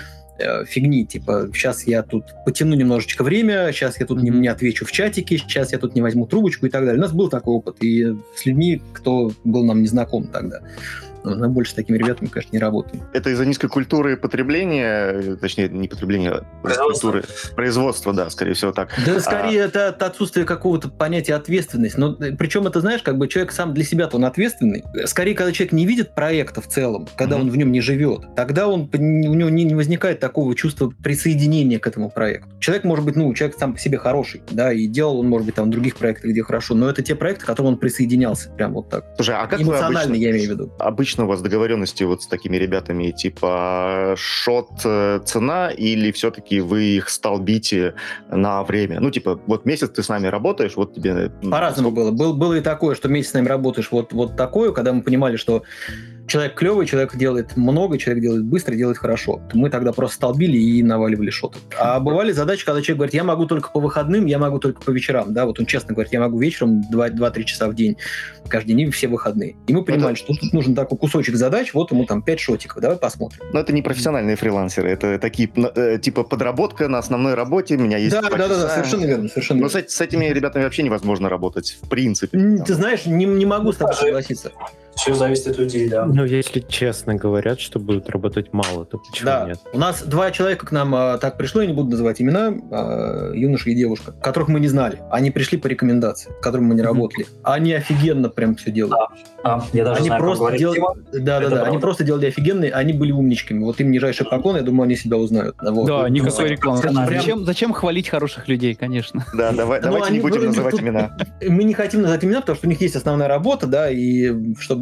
э, фигни, типа, сейчас я тут потяну немножечко время, сейчас я тут не, Мгм. не отвечу в чатике, сейчас я тут не возьму трубочку и так далее. У нас был такой опыт, и с людьми, кто был нам незнаком тогда. Но мы больше с такими ребятами, конечно, не работаем. Это из-за низкой культуры потребления, точнее, не потребления, а Производства. культуры производства, да, скорее всего так. Да, скорее, это, это отсутствие какого-то понятия ответственности. Но, э, причем, это, знаешь, как бы человек сам для себя-то он ответственный. Скорее, когда человек не видит проекта в целом, когда Мгм. он в нем не живет, тогда он, у него не, не возникает такого чувства присоединения к этому проекту. Человек, может быть, ну, человек сам по себе хороший, да, и делал он, может быть, там в других проектах, где хорошо, но это те проекты, к которым он присоединялся, прям вот так. Слушай, а как вы Эмоционально, обычно, я имею в виду. обычно у вас договоренности вот с такими ребятами, типа шот э, цена, или все-таки вы их столбите на время? Ну, типа, вот месяц ты с нами работаешь, вот тебе... м, По-разному сколько- было. Был, было и такое, что месяц с нами работаешь вот, вот такое, когда мы понимали, что человек клевый, человек делает много, человек делает быстро, делает хорошо. То мы тогда просто столбили и наваливали шоты. А бывали задачи, когда человек говорит, я могу только по выходным, я могу только по вечерам. Да, вот он честно говорит, я могу вечером два-три часа в день, каждый день, все выходные. И мы понимали, Это- что тут нужен такой кусочек задач, вот ему там пять шотиков, давай посмотрим. Но это не профессиональные фрилансеры, это такие, э, типа, подработка на основной работе, у меня есть Да, два да, да, да, часа. совершенно верно, совершенно Но верно. с, с этими ребятами вообще невозможно работать, в принципе. М, Ты знаешь, не, не могу с тобой Даже- согласиться. Все зависит от людей, да. Ну, если честно говорят, что будут работать мало, то почему Да, нет? у нас два человека к нам а, так пришло, я не буду называть имена, а, юноша и девушка, которых мы не знали. Они пришли по рекомендации, с которыми мы не Мгм. работали. Они офигенно прям все делают. А, я даже Они знаю, как просто говорит делали, Дима. да, да, Это да, они правда. просто делали офигенные, они были умничками. Вот им нижайший поклон, я думаю, они себя узнают. Вот. Да, Вот. никакой ну, рекламы. прям- Зачем, зачем хвалить хороших людей, конечно. Да, давай, Ну, давайте они не будем вроде называть тут- имена. Мы не хотим называть имена, потому что у них есть основная работа, да, и чтобы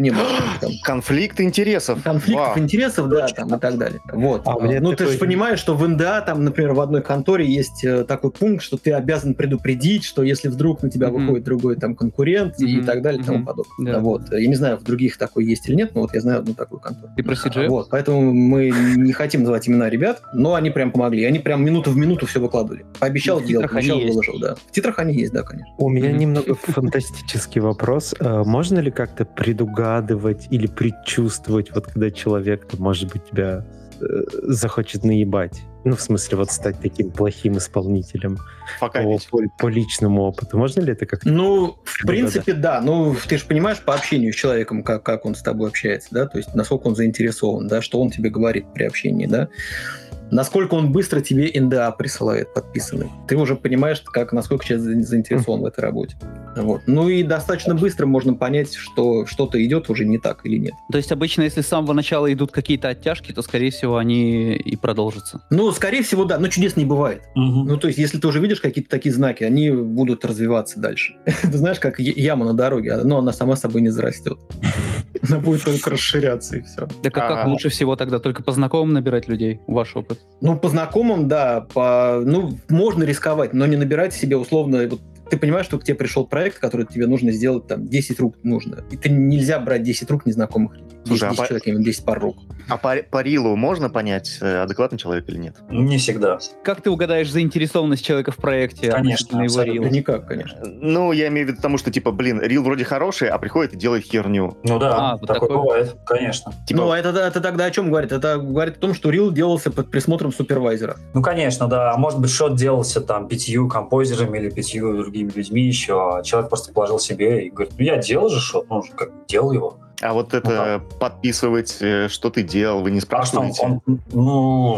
не было. Там, Конфликт интересов. конфликтов Вау. интересов, да, там и так далее. Вот. А у меня ну, ты такой- же понимаешь, что в эн дэ а, там, например, в одной конторе есть э, такой пункт, что ты обязан предупредить, что если вдруг на тебя Мгм. выходит другой там конкурент и Мгм. так далее и тому Мгм. подобное. Да. Вот. Я не знаю, в других такой есть или нет, но вот я знаю одну такую контору. Ты про си джи эф? Вот, поэтому мы не хотим называть имена ребят, но они прям помогли. Они прям минуту в минуту все выкладывали. Пообещал, В сделал, титрах они пообещал, есть. выложил, да. В титрах они есть, да, конечно. У меня Мгм. немного фантастический вопрос. А можно ли как-то предугадывать или предчувствовать, вот когда человек, может быть, тебя э, захочет наебать? Ну, в смысле, вот стать таким плохим исполнителем по, Факапить. по- по личному опыту. Можно ли это как-то? Ну, в Да-да-да. принципе, да. Ну, ты же понимаешь по общению с человеком, как, как он с тобой общается, да, то есть насколько он заинтересован, да, что он тебе говорит при общении, да. Насколько он быстро тебе эн дэ а присылает подписанный. Ты уже понимаешь, как, насколько человек за- заинтересован в этой работе. Вот. Ну и достаточно быстро можно понять, что что-то идет уже не так или нет. То есть обычно, если с самого начала идут какие-то оттяжки, то, скорее всего, они и продолжатся. Ну, скорее всего, да, но чудес не бывает. Мгм. Ну, то есть, если ты уже видишь какие-то такие знаки, они будут развиваться дальше. Ты знаешь, как я- яма на дороге, но она сама собой не зарастет. Она будет только расширяться, и все. Так а как А. лучше всего тогда? Только по знакомым набирать людей? Ваш опыт. Ну, по знакомым, да, по... ну, можно рисковать, но не набирать себе условно... Вот, ты понимаешь, что к тебе пришел проект, который тебе нужно сделать, там, десять рук нужно. И ты нельзя брать десять рук незнакомых людей. Слушай, а десять по- человек, именно десять пар рук. А по, по рилу можно понять, э, адекватный человек или нет? Не всегда. Как ты угадаешь заинтересованность человека в проекте? Конечно, относительно его абсолютно. рила? Да никак, конечно. Ну, я имею в виду тому, что, типа, блин, рил вроде хороший, а приходит и делает херню. Ну да, А, вот такое такое. бывает, конечно. Типа, Ну, а это, это тогда о чем говорит? Это говорит о том, что рил делался под присмотром супервайзера. Ну, конечно, да. А может быть, шот делался там пятью композерами или пятью другими людьми еще. А человек просто положил себе и говорит, ну, я делал же шот, ну, как делал его. а вот это подписывать, э, что ты делал, вы не А что, спрашиваете? он, ну,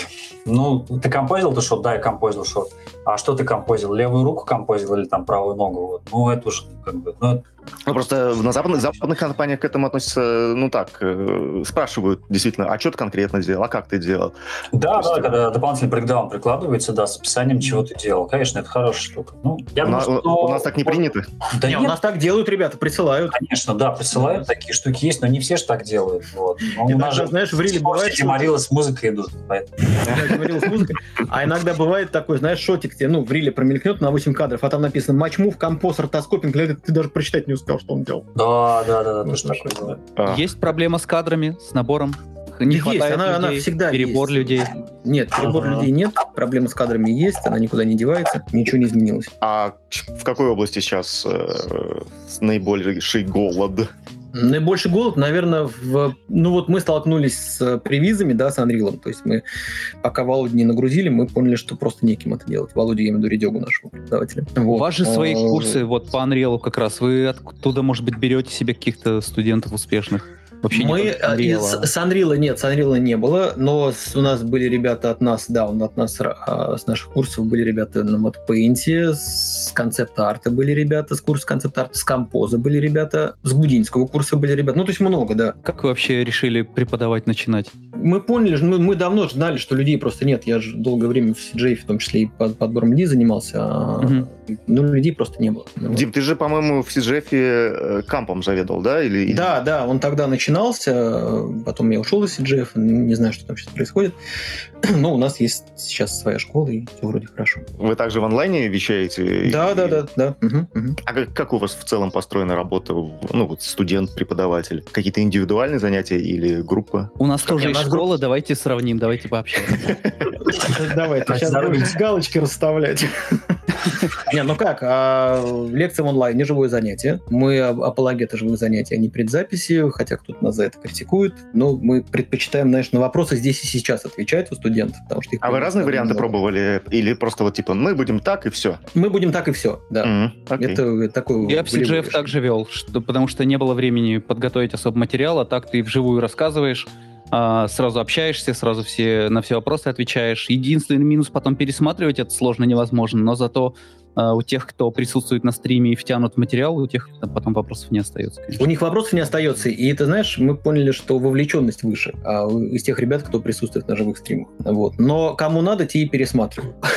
ну, ты композил ты шот? Да, я композил шот. А что ты композил? Левую руку композил или там правую ногу? Вот. Ну, это уже как бы... Ну, Ну, просто на западных, западных компаниях к этому относятся, ну так, э, спрашивают действительно, а что ты конкретно делал, а как ты делал? да, То есть, да, когда дополнительный брейкдаун прикладывается, да, с описанием, чего ты делал. Конечно, это хорошая штука. Ну, я у, думаю, нас, что... у нас так не принято. Да Не, нет, у нас так делают ребята, присылают. конечно, да, присылают, такие штуки есть, но не все же так делают. Вот. Но у Иногда, нас же знаешь, в риле бывает, что- Марила с музыкой идут, поэтому... Я говорил с музыкой. А иногда бывает такой, знаешь, шотик тебе, ну, в риле промелькнет на восемь кадров, а там написано матч-мув, композ, ротоскопинг, ты даже прочитать не успел, что он делал. Да, да, да, да, Ну, тоже слушай, такое бывает. А, Есть проблема с кадрами, с набором? Не Да есть, хватает она, она людей, всегда перебор есть. людей. Нет, перебор Ага. людей нет, проблема с кадрами есть, она никуда не девается, ничего не изменилось. а ч- в какой области сейчас э, наибольший голод? Наибольший голод, наверное, в... Ну вот мы столкнулись с привизами, да, с Unreal. То есть мы, пока Володю не нагрузили, мы поняли, что просто неким это делать. Володю, я имею в виду Редегу, нашего преподавателя. У Вот. вас же свои А, курсы вот по Unreal как раз. Вы оттуда, может быть, берете себе каких-то студентов успешных? Вообще Мы не только э, Unreal, из- а- с Unreal нет, с Unreal не было, но с- у нас были ребята от нас, да, он от нас, а, с наших курсов были ребята на вот Paint, с концепт-арта были ребята, с курса концепт-арта, с композа были ребята, с гудинского курса были ребята, ну то есть много, да. Как вы вообще решили преподавать начинать? Мы поняли, мы, мы давно знали, что людей просто нет, я же долгое время в си джей, в том числе и под, подбором людей занимался, а, Мгм. ну людей просто не было. Ну, Дим, ты же, по-моему, в си джи эф кампом заведовал, да? Или, или- Да, да, он тогда начинался, потом я ушел из си джей эф, не знаю, что там сейчас происходит, но у нас есть сейчас своя школа, и все вроде хорошо. Вы также в онлайне вещаете? Да, И- да, да, да. Мгм, мгм. А как, как у вас в целом построена работа? Ну, вот студент, преподаватель. Какие-то индивидуальные занятия или группа? У нас тоже у есть нас школа, давайте сравним, давайте пообщаемся. Давай, ты Так, сейчас здоровье. будешь галочки расставлять. Не, ну как, а, лекция в онлайне, живое занятие. Мы ап- апологеты живых занятий, а не предзаписи, хотя кто-то нас за это критикует. Но мы предпочитаем, знаешь, на вопросы здесь и сейчас отвечать у студентов, потому что их А вы разные варианты много. пробовали? Или просто вот типа, мы будем так и все? Мы будем так и все, да. Мгм, окей. Это такой Я в си джи волевой эф решение. также вел, что, потому что не было времени подготовить особо материал, а так ты вживую рассказываешь, а, сразу общаешься, сразу все, на все вопросы отвечаешь. Единственный минус потом пересматривать это сложно невозможно, но зато а, у тех, кто присутствует на стриме и втянут в материал, у тех потом вопросов не остается, конечно. У них вопросов не остается, и ты знаешь, мы поняли, что вовлеченность выше а, у- из тех ребят, кто присутствует на живых стримах. Вот. Но кому надо, те и пересматривают.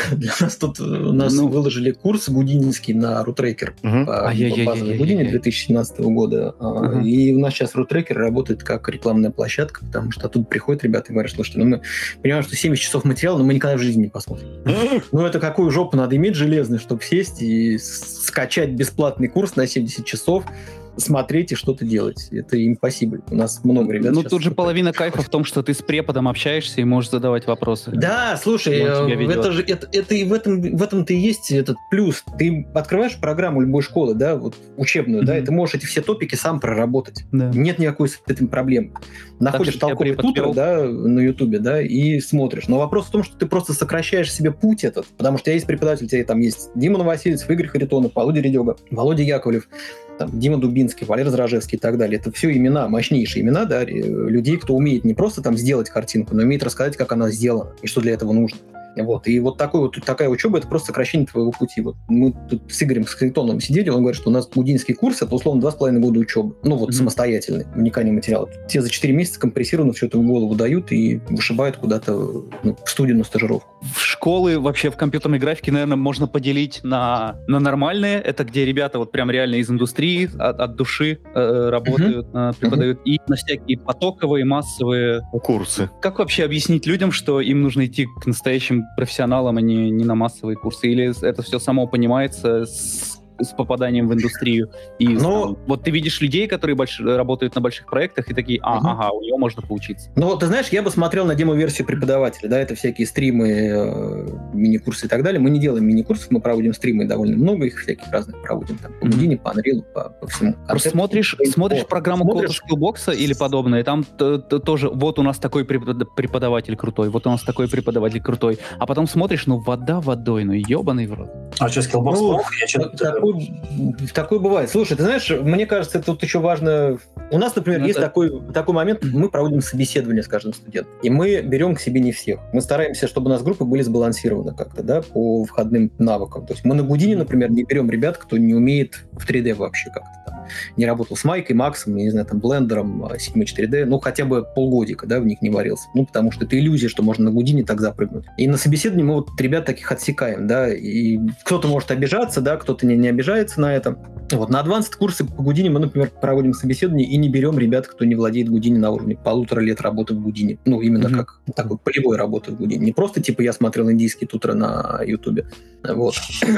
Для нас тут у нас Ну. выложили курс гудининский на рутрекер Мгм. по Ай-яй-яй-яй-яй-яй. базовой Гудине две тысячи семнадцатого года. А, Мгм. И у нас сейчас рутрекер работает как рекламная площадка, потому что оттуда приходят ребята и говорят, слушайте, ну мы понимаем, что семьдесят часов материала, но мы никогда в жизни не посмотрим. Ну это какую жопу надо иметь железную, чтобы сесть и с- скачать бесплатный курс на семьдесят часов, смотреть и что-то делать. Это impossible. У нас много ребят Ну, сейчас тут же вот половина кайфа в том, что ты с преподом общаешься и можешь задавать вопросы. Да, слушай, Он тебя э, ведет. это же это, это и в этом в этом-то и есть этот плюс. Ты открываешь программу любой школы, да, вот учебную, да, Мгм. и ты можешь эти все топики сам проработать. Да. Нет никакой с этим проблемы. Находишь что тебя толковый препод тутор, вел. да, на Ютубе, да, и смотришь. Но вопрос в том, что ты просто сокращаешь себе путь этот, потому что есть преподаватель, у тебя там есть Дима Новосельцев, Игорь Харитонов, Володя Редега, Володя Яковлев, там, Дима Дубинский, Валерий Зражевский и так далее. Это все имена, мощнейшие имена, да, ре- людей, кто умеет не просто там сделать картинку, но умеет рассказать, как она сделана и что для этого нужно. Вот. И вот, такой вот такая учеба — это просто сокращение твоего пути. Вот мы тут с Игорем с Харитоновым сидели, он говорит, что у нас гудинский курс — это условно два с половиной года учебы. Ну вот Мгм. самостоятельный, вникание в материал. Те за четыре месяца компрессированно все это в голову дают и вышибают куда-то, ну, в студию на стажировку. В школы вообще в компьютерной графике, наверное, можно поделить на, на нормальные, это где ребята вот прям реально из индустрии, от, от души э, работают, э, преподают, и на всякие потоковые, массовые. Курсы. Как вообще объяснить людям, что им нужно идти к настоящим профессионалам, а не, не на массовые курсы? Или это все само понимается с, с попаданием в индустрию? И Ну- там, вот ты видишь людей, которые больш- работают на больших проектах, и такие, а, Мгм. ага, у него можно поучиться. Ну, вот, ты знаешь, я бы смотрел на демо-версию преподавателя, да, это всякие стримы, э, мини-курсы и так далее. Мы не делаем мини-курсов, мы проводим стримы, довольно много их всяких разных проводим, там, по Мгм. Houdini, по Unreal, по, по всему. Просто Концепт- смотришь, смотришь О, программу смотришь, какого-то скиллбокса или подобное, и там т- т- тоже, вот у нас такой препод- преподаватель крутой, вот у нас такой преподаватель крутой, а потом смотришь, ну вода водой, ну ебаный в рот. А что, скиллбокс Ну, плохо? Я что-то... такой, такой бывает. Слушай, ты знаешь, мне кажется, тут еще важно... У нас, например, Ну, есть это- такой, такой момент, мы проводим собеседование с каждым студентом, и мы берем к себе не всех. Мы стараемся, чтобы у нас группы были сбалансированы как-то, да, по входным навыкам. То есть мы на Гудине, например, не берем ребят, кто не умеет в три дэ вообще как-то там. Не работал с Майкой, Максом, я не знаю, там, блендером, Sigma четыре дэ, ну, хотя бы полгодика, да, в них не варился. Ну, потому что это иллюзия, что можно на Гудине так запрыгнуть. И на собеседовании мы вот ребят таких отсекаем, да, и кто-то может обижаться, да, кто-то не, не обижается на это. Вот, на advanced курсы по Гудине мы, например, проводим собеседование и не берем ребят, кто не владеет Гудине на уровне полутора лет работы в Гудине. Ну, именно Мгм. как такой полевой работы в Гудине. Не просто, типа, я смотрел индийские туторы на Ютубе, вот,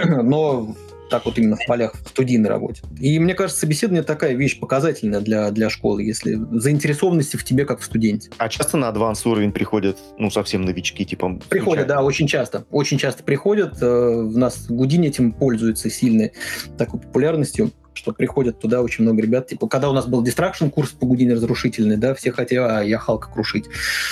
но так вот именно в полях в студийной работе. И мне кажется, собеседование такая вещь показательная для, для школы, если заинтересованности в тебе как в студенте. А часто на адванс уровень приходят, ну, совсем новички, типа... Приходят, да, очень часто. Очень часто приходят. Э, У нас Гудини этим пользуется сильной такой популярностью, что приходят туда очень много ребят. Типа, когда у нас был дистракшн курс по Гудини разрушительный, да, все хотели, а я Халка крушить.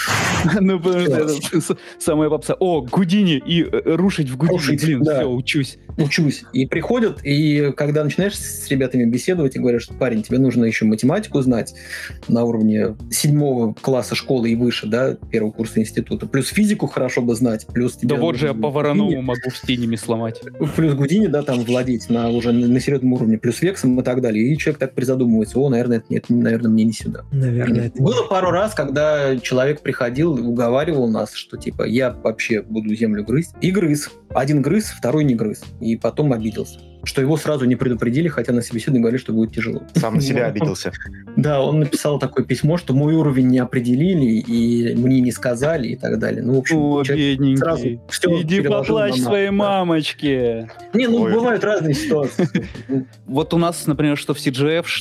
Ну, потому что это с- самая попса. О, Гудини и э, рушить в Гудини, Рушить, блин, да. все, учусь. Учусь. И приходят, и когда начинаешь с ребятами беседовать и говоришь, что, парень, тебе нужно еще математику знать на уровне седьмого класса школы и выше, да, первого курса института, плюс физику хорошо бы знать, плюс тебе Да вот же я нужно по Воронову Гудини, могу в стенями сломать. плюс Гудини, да, там владеть на уже на, на серьезном уровне, плюс вексом и так далее. И человек так призадумывается, о, наверное, это нет, наверное, мне не сюда. Наверное, это... Было пару раз, когда человек приходил и уговаривал нас, что типа я вообще буду землю грызть. И грыз. Один грыз, второй не грыз. И потом обиделся. Что его сразу не предупредили, хотя на собеседовании говорили, что будет тяжело. Сам на себя обиделся. Да, он написал такое письмо, что мой уровень не определили, и мне не сказали, и так далее. Ну, в общем, О, человек сразу бедненький. всё Иди переложил поплачь на нас, своей да. мамочке. Не, ну, Ой. бывают разные ситуации. Вот у нас, например, что в си джи эф,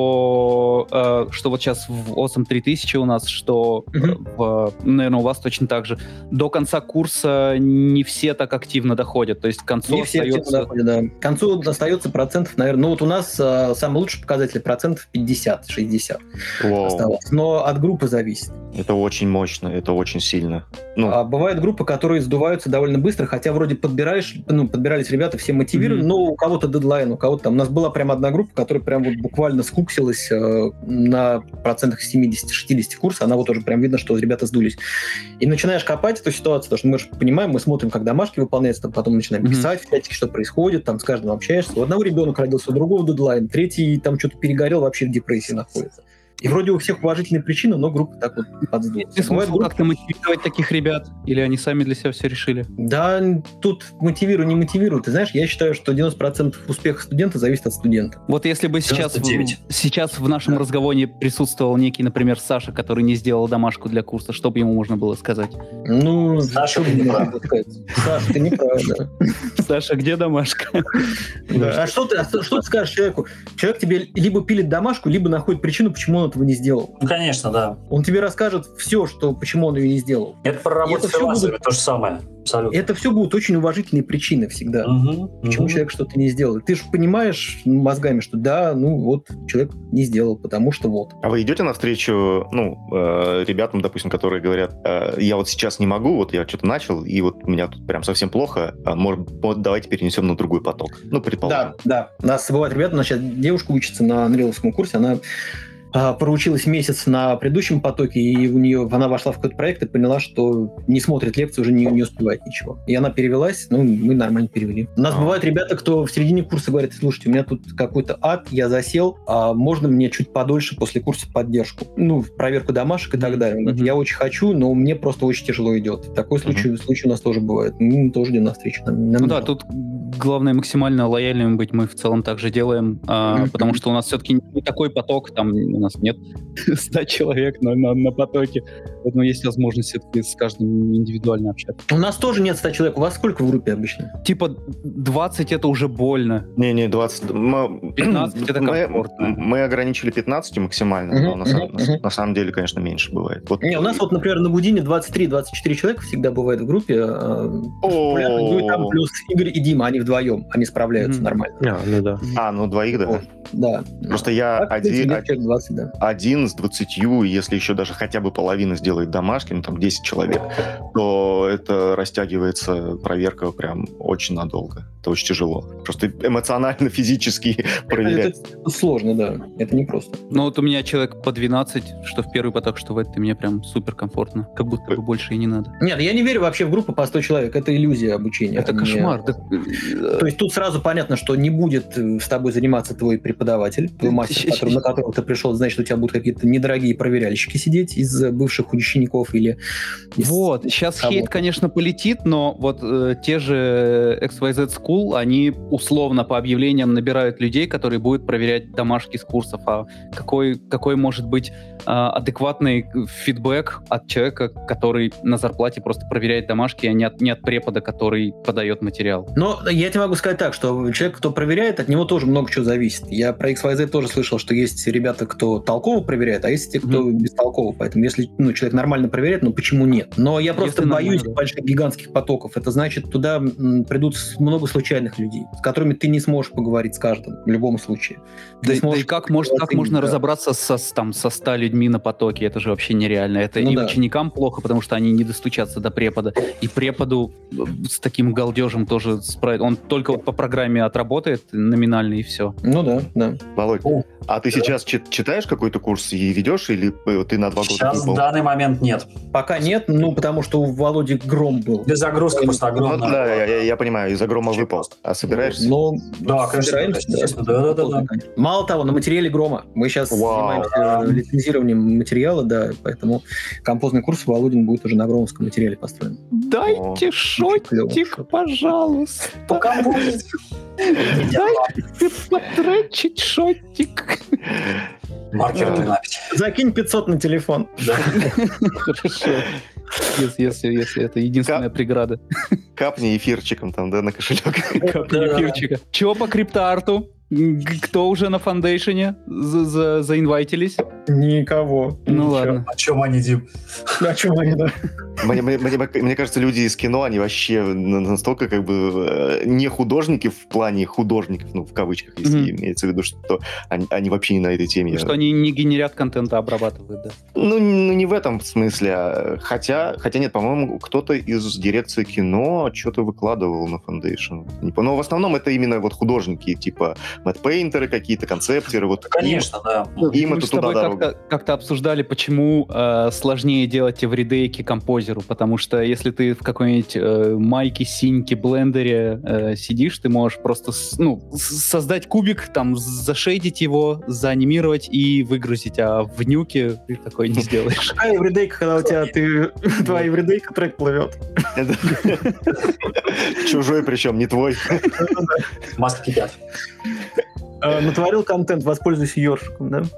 что, э, что вот сейчас в Awesome три тысячи у нас, что, э, Мгм. в, наверное, у вас точно так же. До конца курса не все так активно доходят. То есть к концу Не все активно остается... доходят, да. К концу остается процентов, наверное, ну вот у нас а, самый лучший показатель процентов пятьдесят-шестьдесят Вау. оставалось. Но от группы зависит. Это очень мощно, это очень сильно. Ну, А бывают группы, которые сдуваются довольно быстро, хотя вроде подбираешь, ну, подбирались ребята, все мотивированы, Мгм. но у кого-то дедлайн, у кого-то там. У нас была прям одна группа, которая прям вот буквально скуксилась э, на процентах семьдесят-шестьдесят курса, она вот уже прям видно, что ребята сдулись. И начинаешь копать эту ситуацию, потому что мы же понимаем, мы смотрим, как домашки выполняются, там потом начинаем Мгм. писать в чатике, что происходит, там с каждым общаешься. У одного ребенка родился, у другого дедлайн, третий там что-то перегорел, вообще в депрессии находится. И вроде у всех уважительные причины, но группа так вот подсдулась. Есть ли смысл как-то мотивировать таких ребят? Или они сами для себя все решили? Да, тут мотивирую, не мотивирую. Ты знаешь, я считаю, что девяносто процентов успеха студента зависит от студента. Вот если бы сейчас, девяносто девять. в, сейчас в нашем разговоре присутствовал некий, например, Саша, который не сделал домашку для курса, что бы ему можно было сказать? Ну, Саша, что ты бы не можно прав. было сказать? Саша, ты не прав, да. Саша, где домашка? Да. А что ты, а что ты скажешь человеку? Человек тебе либо пилит домашку, либо находит причину, почему он этого не сделал. Ну, конечно, да. Он тебе расскажет все, что, почему он ее не сделал. Это про работу это с всё фрилансерами будет- то же самое. Абсолютно. Это все будут очень уважительные причины всегда. Мгм, Почему мгм. человек что-то не сделал? Ты же понимаешь мозгами, что да, ну вот человек не сделал, потому что вот. А вы идете навстречу, ну, э, ребятам, допустим, которые говорят, э, я вот сейчас не могу, вот я что-то начал, и вот у меня тут прям совсем плохо, а может, вот давайте перенесем на другой поток. Ну, предположим. Да, да. У нас бывают ребята, у нас сейчас девушка учится на анриловском курсе, она а, проучилась месяц на предыдущем потоке, и у нее она вошла в какой-то проект и поняла, что не смотрит лекции, уже не, не успевает ничего. И она перевелась, ну, мы нормально перевели. У нас А. бывают ребята, кто в середине курса говорит: слушайте, у меня тут какой-то ад, я засел, а можно мне чуть подольше после курса поддержку? Ну, проверку домашек и так далее. Он говорит: Мгм. я очень хочу, но мне просто очень тяжело идет. Такой случай, случай у нас тоже бывает. Мы тоже идем навстречу. Нам- нам Ну да, надо. тут главное максимально лояльными быть, мы в целом также делаем, а, Мгм. потому что у нас все-таки не такой поток, там у нас нет ста человек на, на, на потоке, поэтому есть возможность все-таки с каждым индивидуально общаться. У нас тоже нет ста человек. У вас сколько в группе обычно? Типа двадцать это уже больно. Не-не, двадцать... Мы, пятнадцать это мы, комфортно. мы ограничили пятнадцатью максимально, Мгм, но на, мгм, самом- на- мгм. на самом деле, конечно, меньше бывает. Вот. Не, у нас вот, например, на Гудине двадцать три - двадцать четыре человека всегда бывает в группе. э, популярно. Ну и там плюс Игорь и Дима, они вдвоем, они справляются Мгм. нормально. А, ну да. А, ну двоих, да. Вот, да. Просто я Так, в принципе, один, где-то человек двадцать, да. один с двадцатью, если еще даже хотя бы половина сделает домашки, ну там десять человек, то это растягивается проверка прям очень надолго. Это очень тяжело. Просто эмоционально, физически проверять. Это, это сложно, да. Это непросто. Ну вот у меня человек по двенадцать, что в первый поток, что в этот, и мне прям супер комфортно. Как будто бы больше и не надо. Нет, я не верю вообще в группу по сто человек. Это иллюзия обучения. Это Не- кошмар. да. То есть тут сразу понятно, что не будет э, с тобой заниматься твой преподаватель, твой мастер, который, на которого ты пришел, значит, у тебя будут какие-то недорогие проверяльщики сидеть из э, бывших учеников или... из- Вот, сейчас кого-то. хейт, конечно, полетит, но вот э, те же икс вай зет School, они условно по объявлениям набирают людей, которые будут проверять домашки с курсов. А какой, какой может быть а, адекватный фидбэк от человека, который на зарплате просто проверяет домашки, а не от, не от препода, который подает материал? Но я тебе могу сказать так, что человек, кто проверяет, от него тоже много чего зависит. Я про икс вай зет тоже слышал, что есть ребята, кто толково проверяет, а есть те, кто Мгм. бестолково. Поэтому если ну, человек нормально проверяет, ну почему нет? Но я просто Если боюсь нормально, да. больших гигантских потоков. Это значит, туда м, придут с- много случайных людей, с которыми ты не сможешь поговорить с каждым в любом случае. Ты Да, не и- да и сможешь как, может, как оценить, можно да. разобраться со, с- там, со ста людьми на потоке? Это же вообще нереально. Это Ну и да. ученикам плохо, потому что они не достучатся до препода. И преподу э, с таким галдежем тоже справить. Он только вот по программе отработает номинально, и все. Ну да, да. Володь, О, а ты сейчас чит- читаешь какой-то курс и ведешь, или э, ты на два года Сейчас в выпал? данный момент нет. Пока нет, ну потому что у Володи гром был. Загрузка просто Ну, огромная. да, я, я- я понимаю, из-за грома Очень выпал. просто. А собираешься? Но Да, конечно, собираемся, естественно, да-да-да. Мало того, на материале грома. Мы сейчас Вау. занимаемся лицензированием материала, да, поэтому композный курс Володин будет уже на громовском материале построен. Дайте клево. шотик, пожалуйста. Пока будет. Дайте потречить шотик. Маркер прилапить. Закинь пятьсот на телефон. Да. Хорошо. Если, если, если это единственная преграда. Капни эфирчиком там, да, на кошелек. Капли Да. эфирчика. Чего по криптоарту? Г- Кто уже на фондейшене за- за- заинвайтились? Никого. Ну Ничего. ладно. О чем они, Дим? А чё они, да? Мне, мне- мне- мне кажется, люди из кино, они вообще на- настолько как бы э, не художники в плане художников, ну, в кавычках, если Мгм. имеется в виду, что они, они вообще не на этой теме. Что они не генерят контента, а обрабатывают, да. Ну, ну, не в этом смысле. а Хотя, хотя нет, по-моему, кто-то из дирекции кино что-то выкладывал на Foundation. Не помню. Но в основном это именно вот художники, типа мэтт-пейнтеры какие-то, концептеры. Вот Конечно, да. Им Мы это с тобой туда дорога. как-то, как-то обсуждали, почему э, сложнее делать эвридейки композеру, потому что если ты в какой-нибудь э, майке, синьке, блендере э, сидишь, ты можешь просто с- ну, с- создать кубик, там, зашейдить его, заанимировать и выгрузить, а в нюке ты такой не сделаешь. Какая эвридейка, когда у тебя ты, твоя эвридейка трек плывет? Чужой причем, не твой. Маски кипят. А, Натворил контент, воспользуйся ёршиком, да?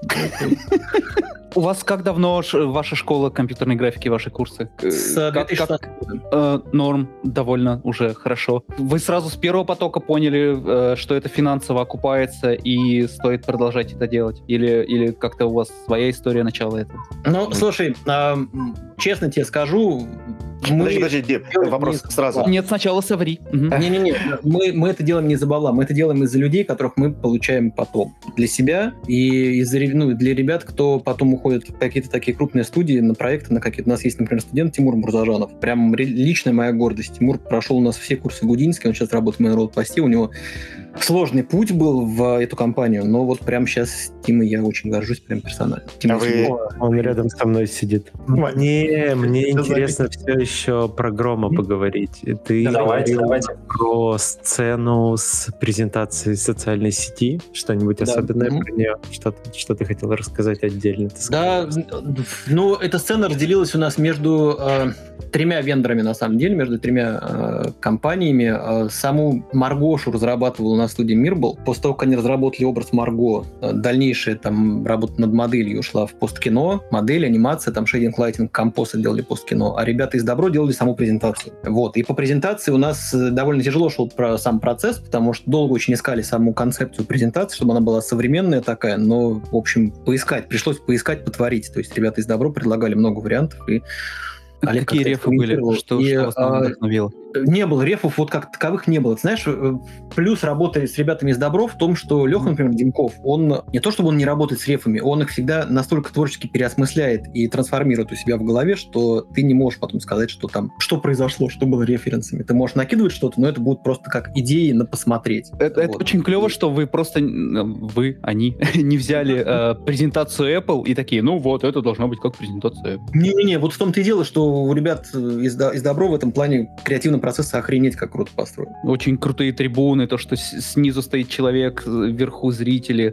У вас как давно ш- ваша школа компьютерной графики, ваши курсы? Э, С как- две тысячи как- шестнадцатого года. Э, норм, довольно уже хорошо. Вы сразу с первого потока поняли, э, что это финансово окупается и стоит продолжать это делать? Или, или как-то у вас своя история начала этого? Ну, слушай, а, м, честно тебе скажу, мы... Подожди, подожди, Дим, делаем вопрос не- сразу. Нет, сначала соври. Мгм. Не-не-не, мы, мы это делаем не за бабла, мы это делаем из-за людей, которых мы получаем потом. Для себя и из-за, ре- ну, для ребят, кто потом уходит в какие-то такие крупные студии на проекты, на какие-то. У нас есть, например, студент Тимур Мурзажанов. Прям ре- личная моя гордость. Тимур прошел у нас все курсы Гудинской, он сейчас работает в Mail.ru посте, у него сложный путь был в эту компанию, но вот прям сейчас с Тимой я очень горжусь прям персонально. Тима, А вы- Тимур. Он рядом со мной сидит. Мне, мне интересно все еще про Грома поговорить. Ты Да, давайте, говорил давайте. про сцену с презентацией социальной сети, что-нибудь Да. особенное Мгм. про нее, что, что ты хотел рассказать отдельно? Ты Да, сказал. ну, эта сцена разделилась у нас между э, тремя вендорами, на самом деле, между тремя э, компаниями. Э, саму Маргошу разрабатывала на студии Мирбл. После того, как они разработали образ Марго, э, дальнейшая там работа над моделью ушла в посткино, модель, анимация, там шейдинг, лайтинг, композ делали посткино, а ребята из Добро делали саму презентацию. Вот, и по презентации у нас э, довольно тяжело шел про сам процесс, потому что долго очень искали саму концепцию презентации, чтобы она была современная такая, но, в общем, поискать, пришлось поискать, потворить. То есть ребята из Добро предлагали много вариантов, и Олег Какие как-то рефы были? экспериментировал. Что, И, что вас там а, вдохновило? Не было рефов, вот как таковых не было. Ты знаешь, э, плюс работы с ребятами из Добро в том, что Леха, например, Димков, он не то чтобы он не работает с рефами, он их всегда настолько творчески переосмысляет и трансформирует у себя в голове, что ты не можешь потом сказать, что там, что произошло, что было референсами. Ты можешь накидывать что-то, но это будет просто как идеи на посмотреть. Это, это Вот. очень клево, что вы просто, м, вы, они, не взяли э, презентацию Apple и такие, ну вот, это должно быть как презентация Apple. Не-не-не, вот в том-то и дело, что у ребят э, из, До- из Добро в этом плане креативный процесс охренеть как круто построен. Очень крутые трибуны, то, что с- снизу стоит человек, э, вверху зрители,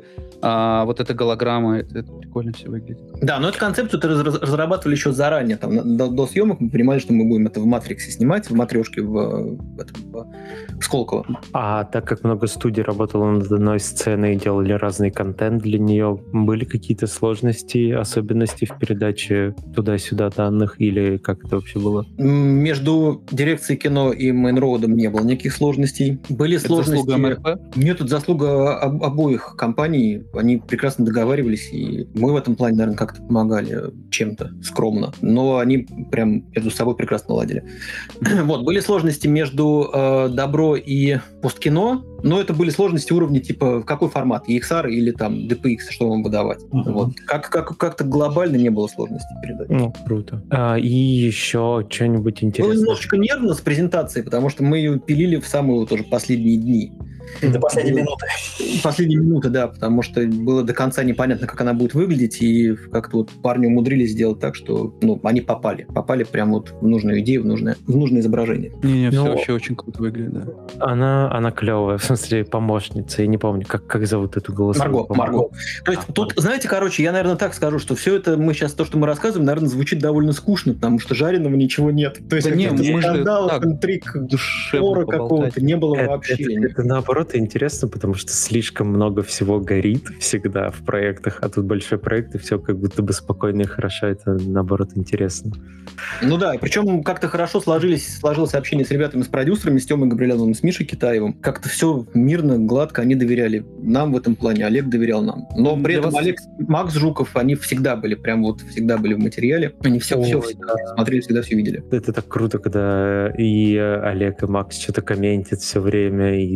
а вот эта голограмма, это, это прикольно все выглядит. Да, но эту концепцию ты раз- раз- разрабатывали еще заранее. Там, на- до, до съемок мы понимали, что мы будем это в Матриксе снимать, в матрешке в, э, в, этом, в Сколково. А так как много студий работало над одной сценой и делали разный контент для нее, были какие-то сложности, особенности в передаче туда-сюда данных, или как это вообще было? М, Между дирекцией кино и Мейнроудом не было никаких сложностей. Были Это сложности... заслуга эм эр пэ? Нет, это заслуга об- обоих компаний. Они прекрасно договаривались, и мы в этом плане, наверное, как-то помогали чем-то скромно. Но они прям между собой прекрасно ладили. Вот, были сложности между э, Добро и Посткино, но это были сложности уровня типа в какой формат, и икс ар или там ди пи икс, что вам выдавать. Мгм. Вот. Как, как, как-то глобально не было сложности передать. Ну, круто. А, и еще что-нибудь Было интересное. немножечко нервно с презентацией, потому что мы ее пилили в самые тоже последние дни. До последней минуты. Последние минуты, да, потому что было до конца непонятно, как она будет выглядеть, и как-то вот парни умудрились сделать так, что ну, они попали. Попали прям вот в нужную идею, в нужное, в нужное изображение. Не-не, все Ну, вообще очень круто выглядит, да. Она, она клевая, в смысле, помощница. Я не помню, как, как зовут эту голосовую. Марго, Марго. То есть А, тут, знаете, короче, я, наверное, так скажу, что все это мы сейчас, то, что мы рассказываем, наверное, звучит довольно скучно, потому что жареного ничего нет. То есть Да не, каких-то мы же скандалов, так, интриг, Душевно шора поболтать. какого-то не было Это, вообще. это- это наоборот интересно, потому что слишком много всего горит всегда в проектах, а тут большой проект, и все как будто бы спокойно и хорошо. Это наоборот интересно. Ну да, и причем как-то хорошо сложились, сложилось общение с ребятами, с продюсерами, с Тёмой Габрилевым, с Мишей Китаевым. Как-то все мирно, гладко, они доверяли нам в этом плане, Олег доверял нам. Но при Для этом вас- Олег, Макс Жуков, они всегда были, прям вот всегда были в материале. Они все, все, Ой, всегда смотрели, всегда все видели. Это так круто, когда и э, Олег, и Макс что-то комментят все время и дают Мгм.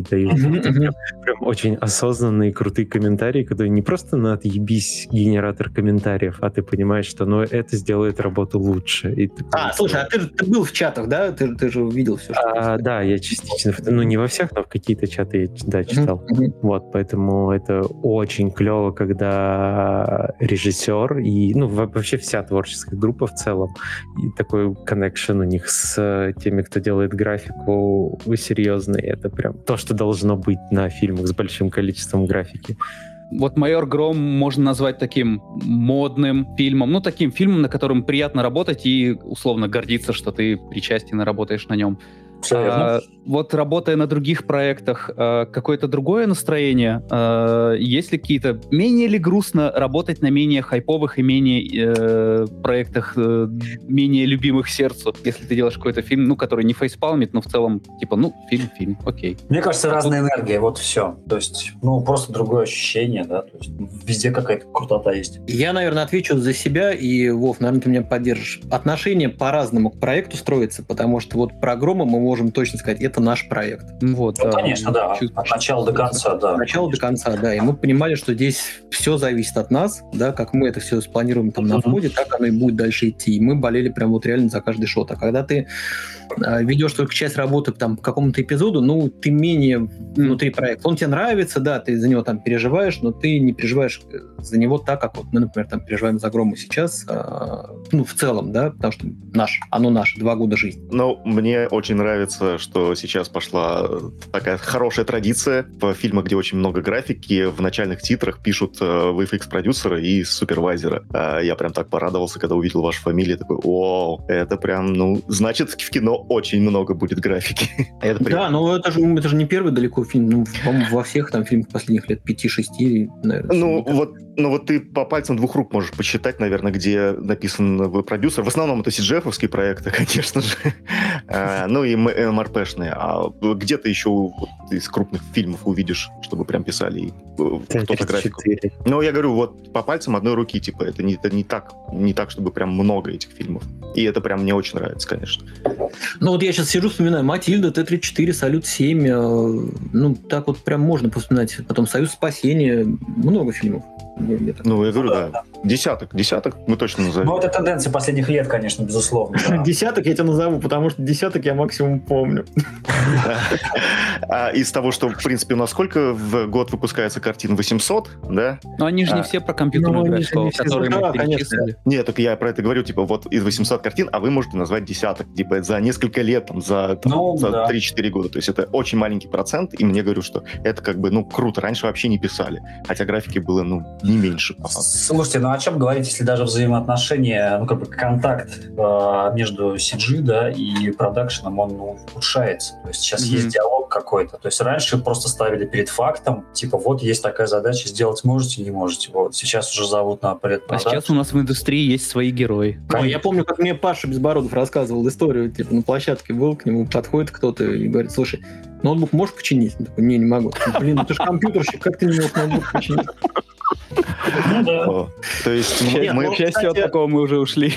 Это прям, прям очень осознанные, крутые комментарии, которые не просто на отъебись генератор комментариев, а ты понимаешь, что ну, это сделает работу лучше. И ты А, слушай, а ты, же- ты был в чатах, да? Ты, ты же увидел все, что А, да, я частично, ну не во всех, но в какие-то чаты я да, читал. Мгм. Вот, поэтому это очень клево, когда режиссер и, ну, во- вообще вся творческая группа в целом, и такой коннекшн у них с э, теми, кто делает графику, серьезный. Это прям то, что должно быть на фильмах с большим количеством графики. Вот «Майор Гром» можно назвать таким модным фильмом, ну, таким фильмом, на котором приятно работать и, условно, гордиться, что ты причастен и работаешь на нем. Всё верно. А, вот работая на других проектах, а, какое-то другое настроение? А, есть ли какие-то... Менее ли грустно работать на менее хайповых и менее э, проектах, э, менее любимых сердцу, если ты делаешь какой-то фильм, ну, который не фейспалмит, но в целом, типа, ну, фильм, фильм, окей. Мне кажется, разная энергия, вот все. То есть, ну, просто другое ощущение, да, то есть везде какая-то крутота есть. Я, наверное, отвечу за себя, и, Вов, наверное, ты меня поддержишь. Отношение по-разному к проекту строится, потому что вот про «Грома» мы можем точно сказать, это наш проект. Вот, Ну, а, конечно, да, чувств- от начала до конца, да. От начала до конца, да. И мы понимали, что здесь все зависит от нас, да, как мы это все спланируем там на Мгм. входе, так оно и будет дальше идти. И мы болели прям вот реально за каждый шот. А когда ты э, ведешь только часть работы там по какому-то эпизоду, ну, ты менее внутри проекта. Он тебе нравится, да, ты за него там переживаешь, но ты не переживаешь за него так, как вот мы, например, там переживаем за «Грома» сейчас, а, ну, в целом, да, потому что наш, оно наше, два года жизни. Ну, мне очень нравится, что сейчас пошла такая хорошая традиция в фильмах, где очень много графики, в начальных титрах пишут э, ви эф икс-продюсера и супервайзера. Э, я прям так порадовался, когда увидел вашу фамилию, такой, о, это прям, ну, значит, в кино очень много будет графики. Это Да, приятно. но это же, это же не первый далеко фильм, ну, по-моему, во всех там фильмах последних лет пяти-шести, наверное. Ну, всё. вот, ну вот ты по пальцам двух рук можешь посчитать, наверное, где написан продюсер. В основном это си джи эф-овские проекты, конечно же. А, Ну и эм эр пэ-шные. А где-то еще вот из крупных фильмов увидишь, чтобы прям писали и, э, кто-то графику. четыре. Ну, я говорю, вот по пальцам одной руки, типа, это не, это не так, не так, чтобы прям много этих фильмов. И это прям мне очень нравится, конечно. Ну вот я сейчас сижу, вспоминаю, «Матильда», Т тридцать четыре, «Салют семь», э, ну так вот прям можно вспоминать. Потом «Союз спасения», много фильмов. Мне- мне так Ну, я говорю, Да, да. Десяток, десяток мы точно назовем. Ну, это тенденция последних лет, конечно, безусловно. да. Десяток я тебя назову, потому что десяток я максимум помню. А из того, что, в принципе, у нас сколько в год выпускается картин? восемьсот, да? Но они же не А. все про компьютерную Ну, они же графику, не все, которые да, мы конечно. перечислили. Нет, только я про это говорю, типа, вот из восьмисот картин, а вы можете назвать десяток, типа, за несколько лет, там, за, там, Ну, за да. три-четыре года. То есть это очень маленький процент, и мне говорю, что это как бы, ну, круто. Раньше вообще не писали, хотя графики было, ну, не меньше, по факту. Слушайте, ну о чем говорить, если даже взаимоотношения, ну как бы контакт э, между си джи, да, и продакшеном, он ну, ухудшается. То есть сейчас Мгм. есть диалог какой-то. То есть раньше просто ставили перед фактом, типа вот есть такая задача, сделать можете, не можете. Вот сейчас уже зовут на А предпродакшн. сейчас у нас в индустрии есть свои герои. Ой, я помню, как мне Паша Безбородов рассказывал историю, типа на площадке был, к нему подходит кто-то и говорит, слушай, ноутбук можешь починить? Он такой, не, не могу. Блин, ну ты же компьютерщик, как ты не можешь ноутбук починить? Ну да. О, То есть К мы- счастью- мы... к счастью, от кстати- такого мы уже ушли.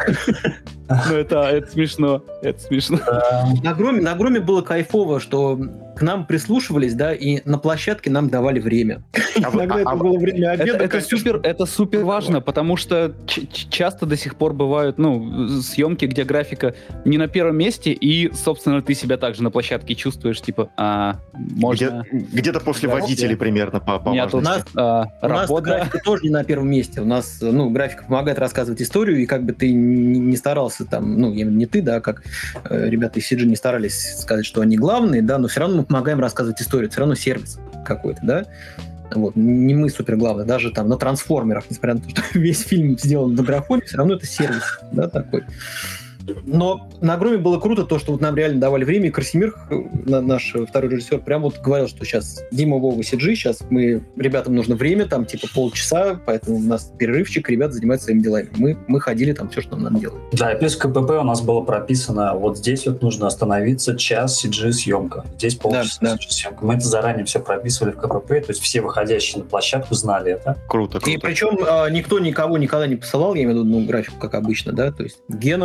Ну, это это смешно. Это смешно. Да. На Громе, на Громе было кайфово, что к нам прислушивались, да, и на площадке нам давали время. А вы- Иногда а- это а- было время Это, обеда. это конечно. супер, это супер важно, потому что ч- ч- часто до сих пор бывают, ну, съемки, где графика не на первом месте, и, собственно, ты себя также на площадке чувствуешь, типа, а, можно... Где- где-то после Да, водителей примерно по, по У меня тут важности. а, У нас работа. графика тоже не на первом месте. У нас, ну, графика помогает рассказывать историю, и как бы ты не, не старался там, ну, именно не ты, да, как э, ребята из си джи не старались сказать, что они главные, да, но все равно мы помогаем рассказывать историю, все равно сервис какой-то, да. Вот. Не мы супер главные, даже там на трансформерах, несмотря на то, что весь фильм сделан на графоне, все равно это сервис, да, такой. Но на Громе было круто то, что вот нам реально давали время, и Красимир, на- наш второй режиссер, прям вот говорил, что сейчас Дима, Вова, си джи, сейчас мы, ребятам нужно время, там типа полчаса, поэтому у нас перерывчик, ребята занимаются своими делами. Мы, мы ходили там все, что нам надо делать. Да, и плюс в ка пэ пэ у нас было прописано, вот здесь вот нужно остановиться, час си джи съемка, здесь полчаса Да, да. си джи съемка. Мы это заранее все прописывали в ка пэ пэ, то есть все выходящие на площадку знали это. Круто, И круто. причем а, никто никого никогда не посылал, я имею в виду, ну, графику, как обычно, да, то есть Гена наш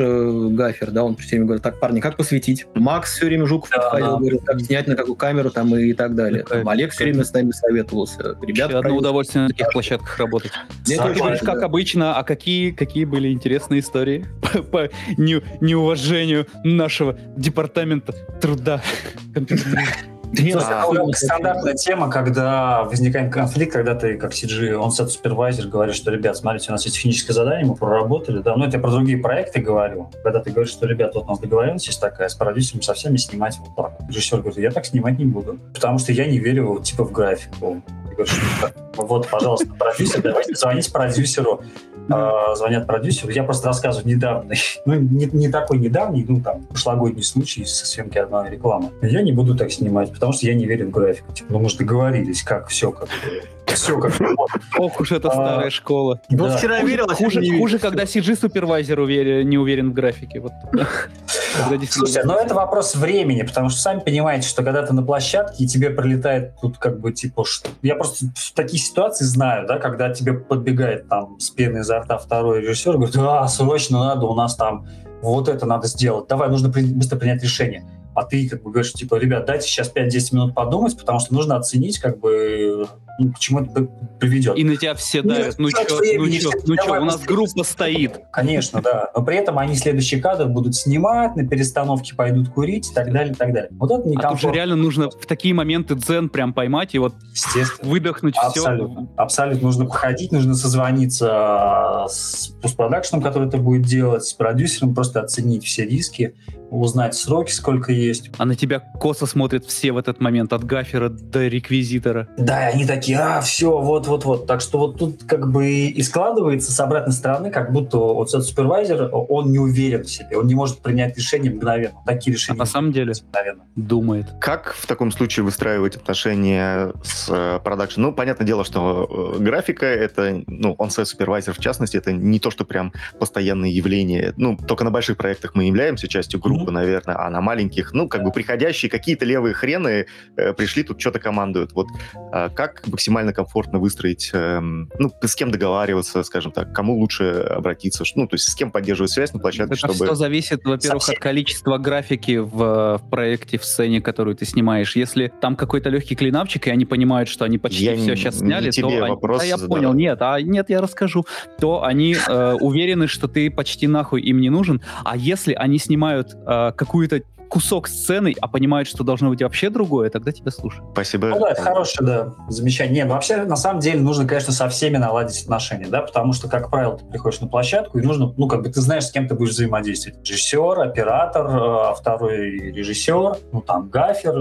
э, Гафер, да, он все время говорит, так, парни, как посветить? Макс все время Жуков Да, подходил, да. говорил, как снять, на какую камеру там и так далее. Какая- Там Олег все время с нами советовался. Вообще Ребята, одно правильно. удовольствие на таких площадках работать. Мне Согласен. тоже Ты говоришь, нравится, как да. обычно, а какие, какие были интересные истории по, по не- неуважению нашего департамента труда компьютерного? Не, Слушай, а, ну, стандартная тема, когда возникает конфликт, когда ты как си джи, он-сет супервайзер говорит, что, ребят, смотрите, у нас есть техническое задание, мы проработали, да, ну это я про другие проекты говорю, когда ты говоришь, что, ребят, вот у нас договоренность есть такая, с продюсером со всеми снимать вот так. Режиссер говорит, я так снимать не буду, потому что я не верю типа в графику. Ты говоришь, вот, пожалуйста, продюсер, давайте звоните продюсеру. Uh, звонят продюсеру. Я просто рассказываю недавно, ну, не, не такой недавний, ну, там, прошлогодний случай со съемки одной рекламы. Я не буду так снимать, потому что я не верю в графику. Типа, ну, мы же договорились, как все, как все как Ох уж это старая школа. Вот Да. вчера верил, а Хуже, сегодня не хуже, верю. когда си джи-супервайзер увер- не уверен в графике. Вот, когда действительно- Слушайте, ну это вопрос времени, потому что сами понимаете, что когда ты на площадке, и тебе прилетает тут как бы типа... Что... Я просто в такие ситуации знаю, да, когда тебе подбегает там с пеной изо рта второй режиссер, говорит, а, срочно надо, у нас там вот это надо сделать, давай, нужно при... быстро принять решение. А ты как бы говоришь, типа, ребят, дайте сейчас пять-десять минут подумать, потому что нужно оценить, как бы, ну, к чему это приведет. И на тебя все Ну, давят. Ну так чё, времени ну чё, все, ну чё, давай у нас быстрее. группа стоит. Конечно, да. Но при этом они следующий кадр будут снимать, на перестановке пойдут курить и так далее, и так далее. Вот это А тут же некомфортно. реально нужно в такие моменты дзен прям поймать и вот Естественно. выдохнуть Абсолютно. все. Абсолютно. Нужно походить, нужно созвониться с постпродакшеном, который это будет делать, с продюсером, просто оценить все риски, узнать сроки, сколько есть. А на тебя косо смотрят все в этот момент, от гафера до реквизитора. Да, и они такие, а, все, вот-вот-вот. Так что вот тут как бы и складывается с обратной стороны, как будто вот этот супервайзер, он не уверен в себе, он не может принять решение мгновенно. Такие решения А на самом деле мгновенно. думает. Как в таком случае выстраивать отношения с э, продакшн? Ну, понятное дело, что э, графика — это, ну, on-set супервайзер в частности, это не то, что прям постоянное явление. Ну, только на больших проектах мы являемся частью группы, mm-hmm. наверное, а на маленьких, ну, как бы приходящие какие-то левые хрены э, пришли, тут что-то командуют. Вот э, как максимально комфортно выстроить, э, ну, с кем договариваться, скажем так, кому лучше обратиться, ну, то есть с кем поддерживать связь на площадке, Это чтобы... все зависит, во-первых, Совсем. от количества графики в, в проекте, в сцене, которую ты снимаешь. Если там какой-то легкий клинапчик, и они понимают, что они почти Я все не- сейчас не сняли, тебе то они... вопрос Да, я задавал. понял, нет, а нет, я расскажу. То они э, уверены, что ты почти нахуй им не нужен. А если они снимают э, какую-то кусок сцены, а понимают, что должно быть вообще другое, тогда тебя слушают. Спасибо. Ну да, это хорошее, да, замечание. Нет, ну вообще, на самом деле, нужно, конечно, со всеми наладить отношения, да, потому что, как правило, ты приходишь на площадку, и нужно, ну, как бы ты знаешь, с кем ты будешь взаимодействовать. Режиссер, оператор, э, второй режиссер, ну, там, гафер,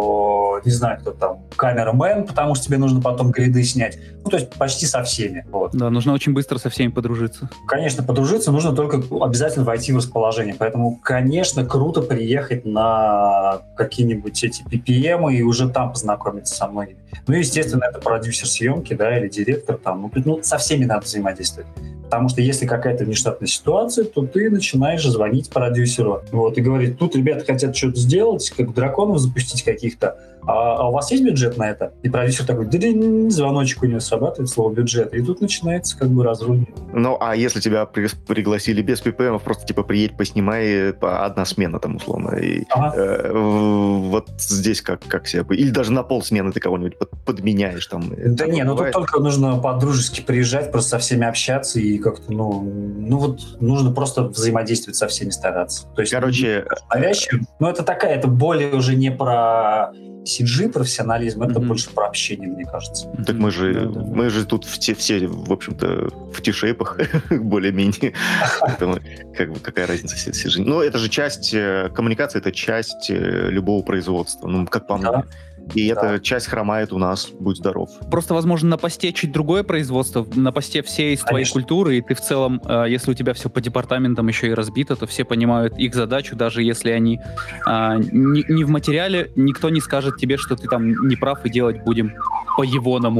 э, не знаю, кто там, камерамен, потому что тебе нужно потом гриды снять. Ну, то есть почти со всеми, вот. Да, нужно очень быстро со всеми подружиться. Конечно, подружиться нужно только обязательно войти в расположение. Поэтому, конечно, круто приехать на какие-нибудь эти пи пи эм и уже там познакомиться со многими. Ну, естественно, это продюсер съемки, да, или директор там. Ну, ну, со всеми надо взаимодействовать. Потому что если какая-то внештатная ситуация, то ты начинаешь звонить продюсеру. Вот, и говорить, тут ребята хотят что-то сделать, как драконов запустить каких-то. А, а у вас есть бюджет на это? И продюсер такой, да-динь, звоночек у него срабатывает, слово бюджет. И тут начинается как бы разруливание. Ну, а если тебя при- пригласили без пи пи эм, просто типа приедь, поснимай, по- одна смена там условно. И, Ага. э, вот здесь как, как себя... бы- Или даже на полсмены ты кого-нибудь под- подменяешь там. Да Так не, ну тут бывает? только нужно по-дружески приезжать, просто со всеми общаться и как-то, ну, ну вот нужно просто взаимодействовать со всеми, стараться. То есть, Короче, навязчиво. Ну это такая, это более уже не про си джи профессионализм, это Мгм. больше про общение, мне кажется. так мы же, Да, да, да. мы же тут все, все, в общем-то, в ти-шейпах более-менее. Поэтому как бы какая разница, все, все же... Ну, это же часть, э, коммуникация — это часть э, любого производства, ну, как по мне. Да. И эта часть хромает у нас, будь здоров. Просто, возможно, на посте чуть другое производство, на посте все из твоей Конечно. культуры, и ты в целом, э, если у тебя все по департаментам еще и разбито, то все понимают их задачу, даже если они а, не, не в материале, никто не скажет тебе, что ты там не прав и делать будем по-егоному.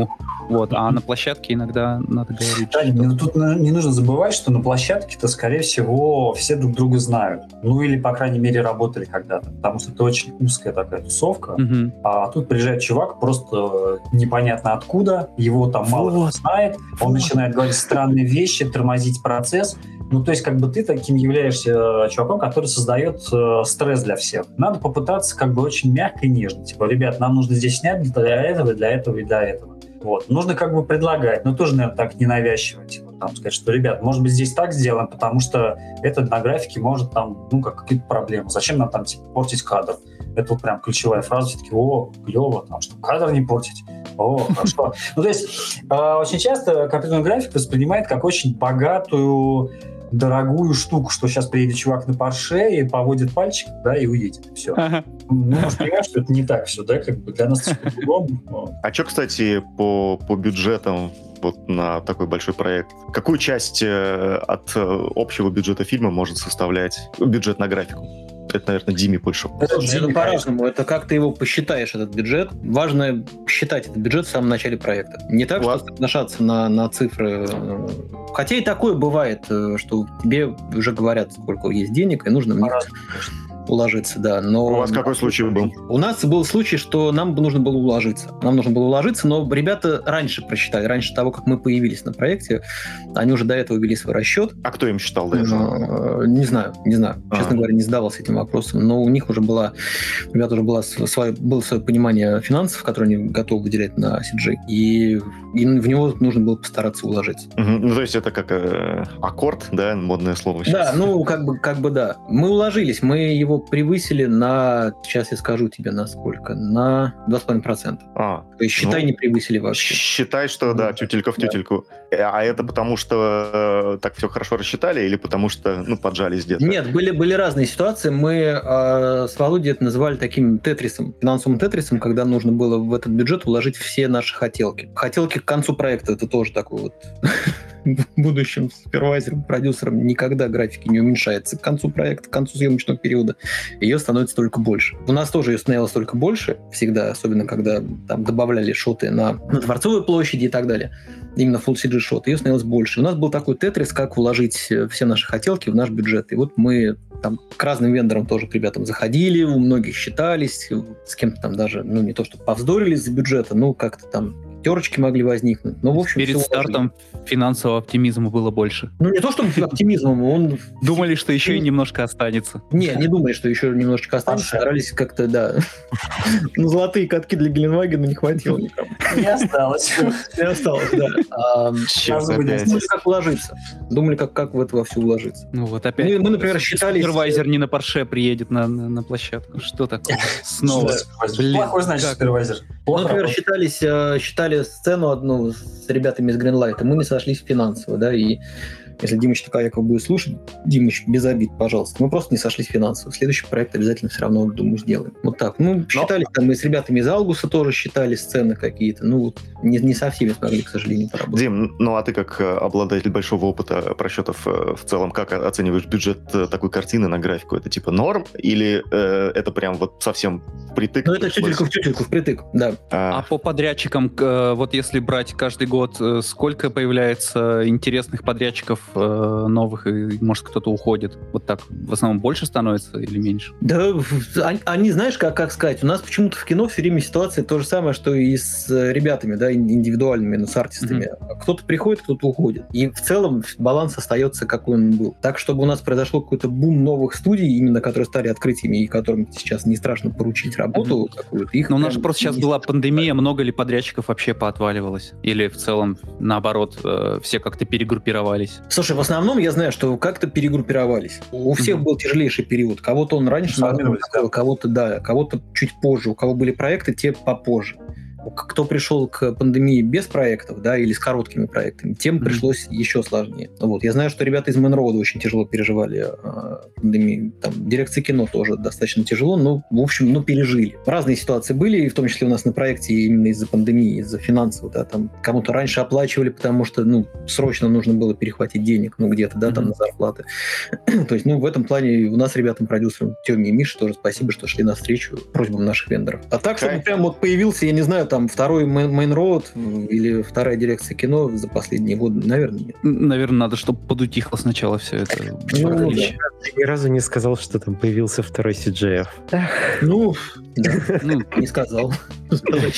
Вот, а на площадке иногда надо говорить. Да, не, ну, тут не нужно забывать, что на площадке-то, скорее всего, все друг друга знают. Ну или, по крайней мере, работали когда-то. Потому что это очень узкая такая тусовка. Угу. А тут приезжает чувак просто непонятно откуда, его там мало кто знает, он начинает говорить странные вещи, тормозить процесс. Ну, то есть, как бы ты таким являешься чуваком, который создает э, стресс для всех. Надо попытаться как бы очень мягко и нежно. Типа, ребят, нам нужно здесь снять для этого, для этого и для этого. Вот. Нужно как бы предлагать, но тоже, наверное, так ненавязчиво. Типа, там, сказать, что, ребят, может быть, здесь так сделаем, потому что это на графике может там, ну, как какие-то проблемы. Зачем нам там, типа, портить кадр? Это вот прям ключевая фраза. Все таки, о, клево, там, что кадр не портить. О, хорошо. Ну, то есть, э, очень часто компьютерный график воспринимает как очень богатую, дорогую штуку, что сейчас приедет чувак на Порше и поводит пальчик, да, и уедет. Все. Ага. Ну, может, понимаешь, что это не так все, да, как бы для нас это по-другому. А что, кстати, по, по бюджетам вот на такой большой проект? Какую часть э, от э, общего бюджета фильма может составлять бюджет на графику? Это, наверное, Диме больше. Это, это по-разному. Это как ты его посчитаешь, этот бюджет. Важно считать этот бюджет в самом начале проекта. Не так, Ладно. что соглашаться на, на цифры. Хотя и такое бывает, что тебе уже говорят, сколько есть денег, и нужно мне уложиться, да. Но у вас какой случай был? У нас был случай, что нам нужно было уложиться. Нам нужно было уложиться, но ребята раньше просчитали. Раньше того, как мы появились на проекте, они уже до этого вели свой расчет. А кто им считал до этого? Не знаю, не знаю. А. Честно говоря, не задавался этим вопросом. Но у них уже была, у ребят уже была свое, было свое понимание финансов, которые они готовы выделять на си джи. И, и в него нужно было постараться уложиться. Угу. Ну, то есть это как э, аккорд, да, модное слово сейчас? Да, ну, как бы, как бы да. Мы уложились, мы его превысили на, сейчас я скажу тебе, на сколько, на два с половиной процента. А, то есть, считай, ну, не превысили вообще. Считай, что, да, тютелька в тютельку. Да. А это потому, что э, так все хорошо рассчитали или потому, что, ну, поджались где-то? Нет, были, были разные ситуации. Мы э, с Володей это называли таким тетрисом, финансовым тетрисом, когда нужно было в этот бюджет уложить все наши хотелки. Хотелки к концу проекта, это тоже такой вот... будущим супервайзером, продюсером никогда графики не уменьшается. К концу проекта, к концу съемочного периода ее становится только больше. У нас тоже ее становилось только больше всегда, особенно когда там добавляли шоты на, на Дворцовой площади и так далее. Именно Full си джи шот. Ее становилось больше. У нас был такой тетрис, как уложить все наши хотелки в наш бюджет. И вот мы там к разным вендорам тоже к ребятам заходили, у многих считались, с кем-то там даже, ну не то, что повздорили из-за бюджета, ну как-то там терочки могли возникнуть. Ну, в общем, перед стартом финансового оптимизма было больше. Ну, не то, что оптимизмом, он... Думали, что еще и немножко останется. Не, не думали, что еще немножечко останется. Старались как-то, да. Ну, золотые катки для Геленвагена не хватило никому. Не осталось. Не осталось, да. Думали, как уложиться. Думали, как в это во все уложиться. Ну, вот опять. Мы, например, считали... Супервайзер не на Порше приедет на площадку. Что такое? Снова. Плохой, значит, супервайзер. Мы, например, считались, считали сцену одну с ребятами из Greenlight, мы не сошлись финансово, да, и если Димыч Таковяков будет слушать, Димыч, без обид, пожалуйста, мы просто не сошлись финансово. Следующий проект обязательно все равно, думаю, сделаем. Вот так. Ну, считались там, мы с ребятами из Аугуса тоже считали сцены какие-то, ну, вот не, не со всеми смогли, к сожалению, поработать. Дим, ну, а ты как обладатель большого опыта просчетов в целом, как оцениваешь бюджет такой картины на графику? Это типа норм или э, это прям вот совсем впритык? Ну, это тютельку в тютельку, впритык, да. А, а по подрядчикам, вот если брать каждый год, сколько появляется интересных подрядчиков новых, и, может, кто-то уходит? Вот так в основном больше становится или меньше? Да, они, они знаешь, как, как сказать, у нас почему-то в кино все время ситуация то же самое, что и с ребятами, да, индивидуальными, ну, с артистами. Mm-hmm. Кто-то приходит, кто-то уходит. И в целом баланс остается, какой он был. Так, чтобы у нас произошел какой-то бум новых студий, именно которые стали открытиями, и которым сейчас не страшно поручить работу mm-hmm. какую-то. Их Но у нас же просто сейчас была пандемия, много ли подрядчиков вообще поотваливалось? Или в целом, наоборот, все как-то перегруппировались? Слушай, в основном я знаю, что как-то перегруппировались. У всех mm-hmm. был тяжелейший период. Кого-то он раньше накрыл, кого-то, да, кого-то чуть позже. У кого были проекты, те попозже. Кто пришел к пандемии без проектов, да, или с короткими проектами, тем mm-hmm. пришлось еще сложнее. Вот. Я знаю, что ребята из Мэнроуда очень тяжело переживали э, пандемию. Там, дирекция кино тоже достаточно тяжело, но, в общем, ну, пережили. Разные ситуации были, в том числе у нас на проекте именно из-за пандемии, из-за финансов, да, там кому-то раньше оплачивали, потому что, ну, срочно нужно было перехватить денег, ну, где-то, да, mm-hmm. там, на зарплаты. То есть, ну, в этом плане у нас ребятам, продюсерам, Тёме и Мише тоже спасибо, что шли навстречу просьбам наших вендоров. А так, чтобы прям вот появился, я не знаю, там второй Main Road или вторая дирекция кино за последние годы, наверное, нет. Наверное, надо, чтобы подутихло сначала все это. Ну, да. Ты ни разу не сказал, что там появился второй си джей эф. Ну, да, Ну, не сказал. Это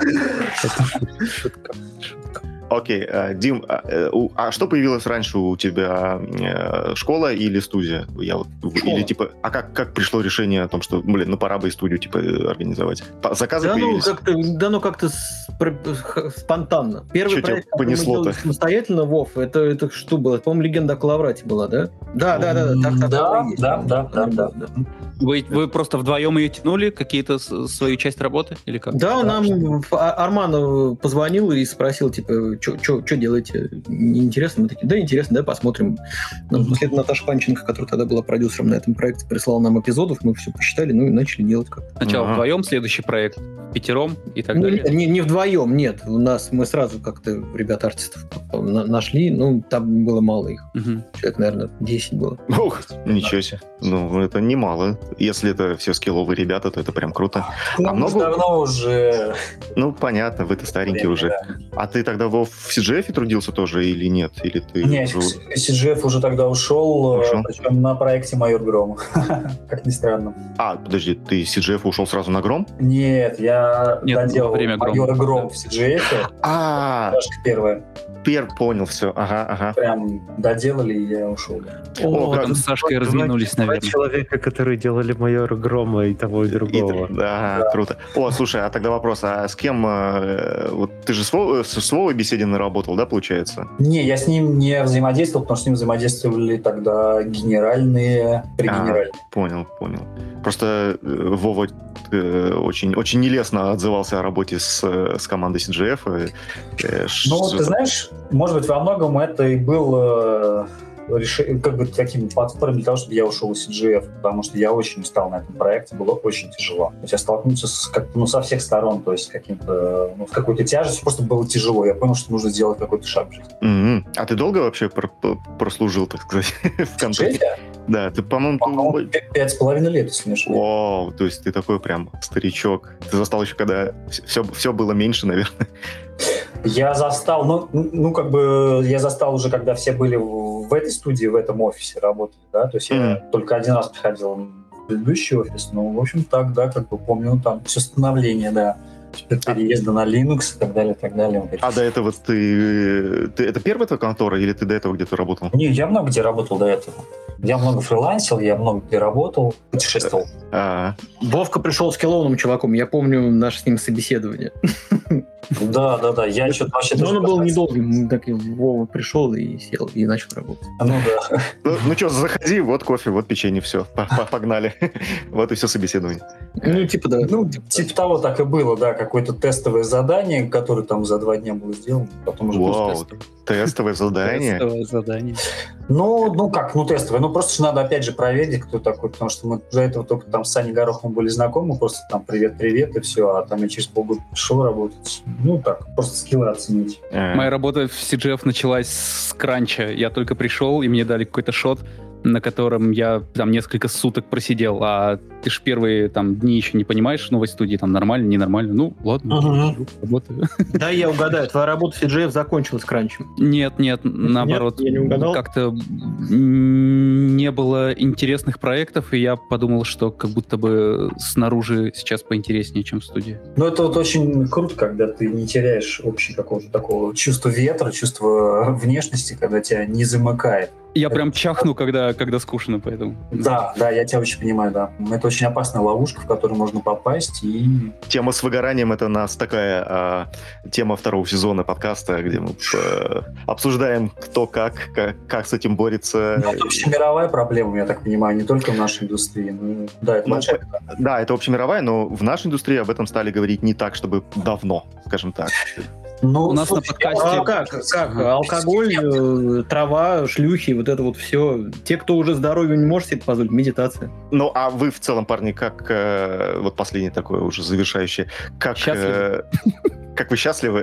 шутка. Шутка. Окей, э, Дим, а, э, у- а что появилось раньше у тебя? э, Школа или студия? Я вот, в- Школа. Или типа, а как, как пришло решение о том, что, блин, ну пора бы и студию типа э, организовать? По- Заказы Да ну, появились? как-то, да ну как-то с- пр- х- спонтанно. Первый Чё тебя проект, который мы понесло-то? делали самостоятельно, Вов, это, это что было? По-моему, «Легенда о Клаврате» была, да? Да, да, да, да. Так, так, Да, так и есть, да, по-моему. да, да, да. Вы, вы просто вдвоем ее тянули, какие-то с- свою часть работы? Или как? Да, нам А- Арман позвонил и спросил, типа, что делаете? Неинтересно? Мы такие, да, интересно, да, посмотрим. Ну, после этого Наташа Панченко, которая тогда была продюсером на этом проекте, прислала нам эпизодов, мы все посчитали, ну и начали делать как-то. Сначала Ага. вдвоем, следующий проект пятером и так Ну, далее. не, не вдвоем, нет. У нас мы сразу как-то ребят артистов на- нашли, ну, там было мало их. Мгм. Человек, наверное, десять было. Ух, ничего себе. Ну, это немало. Если это все скилловые ребята, то это прям круто. Ну, А мы много- давно уже... Ну, понятно, вы-то старенький время, уже. да. А ты тогда Вов, в си джи эф трудился тоже или нет? Или ты... Не, уже- си джи эф уже тогда ушел, э, Ушел. причем на проекте «Майор Гром». Как ни странно. А, подожди, ты из си джи эф ушел сразу на Гром? Нет, я Нет, доделал во время Грома. «Майора Гром» в си джи эф. А, Флешка первая. пер, понял все. Ага, ага. Прям доделали, и я ушел. О, Потом с Сашкой Два- разминулись, два наверное. человека, которые делали майора Грома и того, и И- другого. да, Да. круто. О, слушай, а тогда вопрос, а с кем... э, вот ты же с Вовой, с Вовой Бесединым работал, да, получается? Не, я с ним не взаимодействовал, потому что с ним взаимодействовали тогда генеральные, при А. генеральные. Понял, понял. Просто э, Вова э, очень, очень нелестно отзывался о работе с, э, с командой си джи эф. э, э, Ну, ш- ты знаешь, может быть, во многом это и было э, реш- как бы таким платформой для того, чтобы я ушел из си джи эф, потому что я очень устал на этом проекте, было очень тяжело. То есть я столкнулся с, как, ну, со всех сторон, то есть с каким-то, ну, с какой-то тяжестью, просто было тяжело. Я понял, что нужно сделать какой-то шаг в жизни. Мгм. А ты долго вообще пр- пр- прослужил, так сказать, в В контакте? Джеффе, Да, ты, по-моему, по-моему, ты- пя- пять с половиной лет, если не ошибаюсь. Вау, то есть ты такой прям старичок. Ты застал еще, когда все, все было меньше, наверное. Я застал, ну, ну, как бы, я застал уже, когда все были в, в этой студии, в этом офисе работали, да, то есть я только один раз приходил в предыдущий офис, ну, в общем, так, да, как бы помню, там, все становление, да, переезда на Linux и так далее, и так далее. Вот эти А все. до этого ты... ты это первая твоя контора или ты до этого где-то работал? Не, я много где работал до этого. Я много фрилансил, я много где работал, путешествовал. А, Вовка пришел с скилловым чуваком, я помню наше с ним собеседование. Да, да, да, я что-то вообще... Но тоже оно было касался. недолгим, так и Вова пришел и сел, и начал работать. Ну да. ну, ну что, заходи, вот кофе, вот печенье, все, погнали. Вот и все собеседование. Ну, типа, да. Ну, типа того так и было, да, какое-то тестовое задание, которое там за два дня было сделано, потом уже Вау, просто тестовое. тестовое задание. Тестовое задание. Ну, ну как, ну тестовое, ну просто же надо опять же проверить, кто такой, потому что мы до этого только там с Саней Гороховым были знакомы, просто там привет-привет и все, а там я через полгода пришел работать, ну так, просто скиллы оценить. А, Моя работа в си джи эф началась с кранча. Я только пришел, и мне дали какой-то шот, на котором я там несколько суток просидел, а ты ж первые там дни еще не понимаешь новой студии, там нормально, ненормально. Ну, ладно, Мгм. сижу, работаю. Да, я угадаю, твоя работа в си джи эф закончилась кранчем. Нет, нет, наоборот, я не угадал? как-то не было интересных проектов, и я подумал, что как будто бы снаружи сейчас поинтереснее, чем в студии. Ну это вот очень круто, когда ты не теряешь общее какого-то такого чувства ветра, чувства внешности, когда тебя не замыкает. Я прям чахну, когда, когда скучно, поэтому. Да, да, я тебя очень понимаю, да. Это очень опасная ловушка, в которую можно попасть, и Тема с выгоранием — это у нас такая а, тема второго сезона подкаста, где мы а, обсуждаем, кто как, как, как с этим борется. ну, это общемировая проблема, я так понимаю, не только в нашей индустрии. Ну, да, это Ну, большая. Да, это общемировая, но в нашей индустрии об этом стали говорить не так, чтобы давно, скажем так. Ну, У нас на слушай, подкасте- А я- как? Как? Ага. Алкоголь, э, трава, шлюхи, вот это вот все. Те, кто уже здоровье не может себе позволить, медитация. Ну, а вы в целом, парни, как, э, вот последнее такое уже завершающее, как, э, как вы счастливы,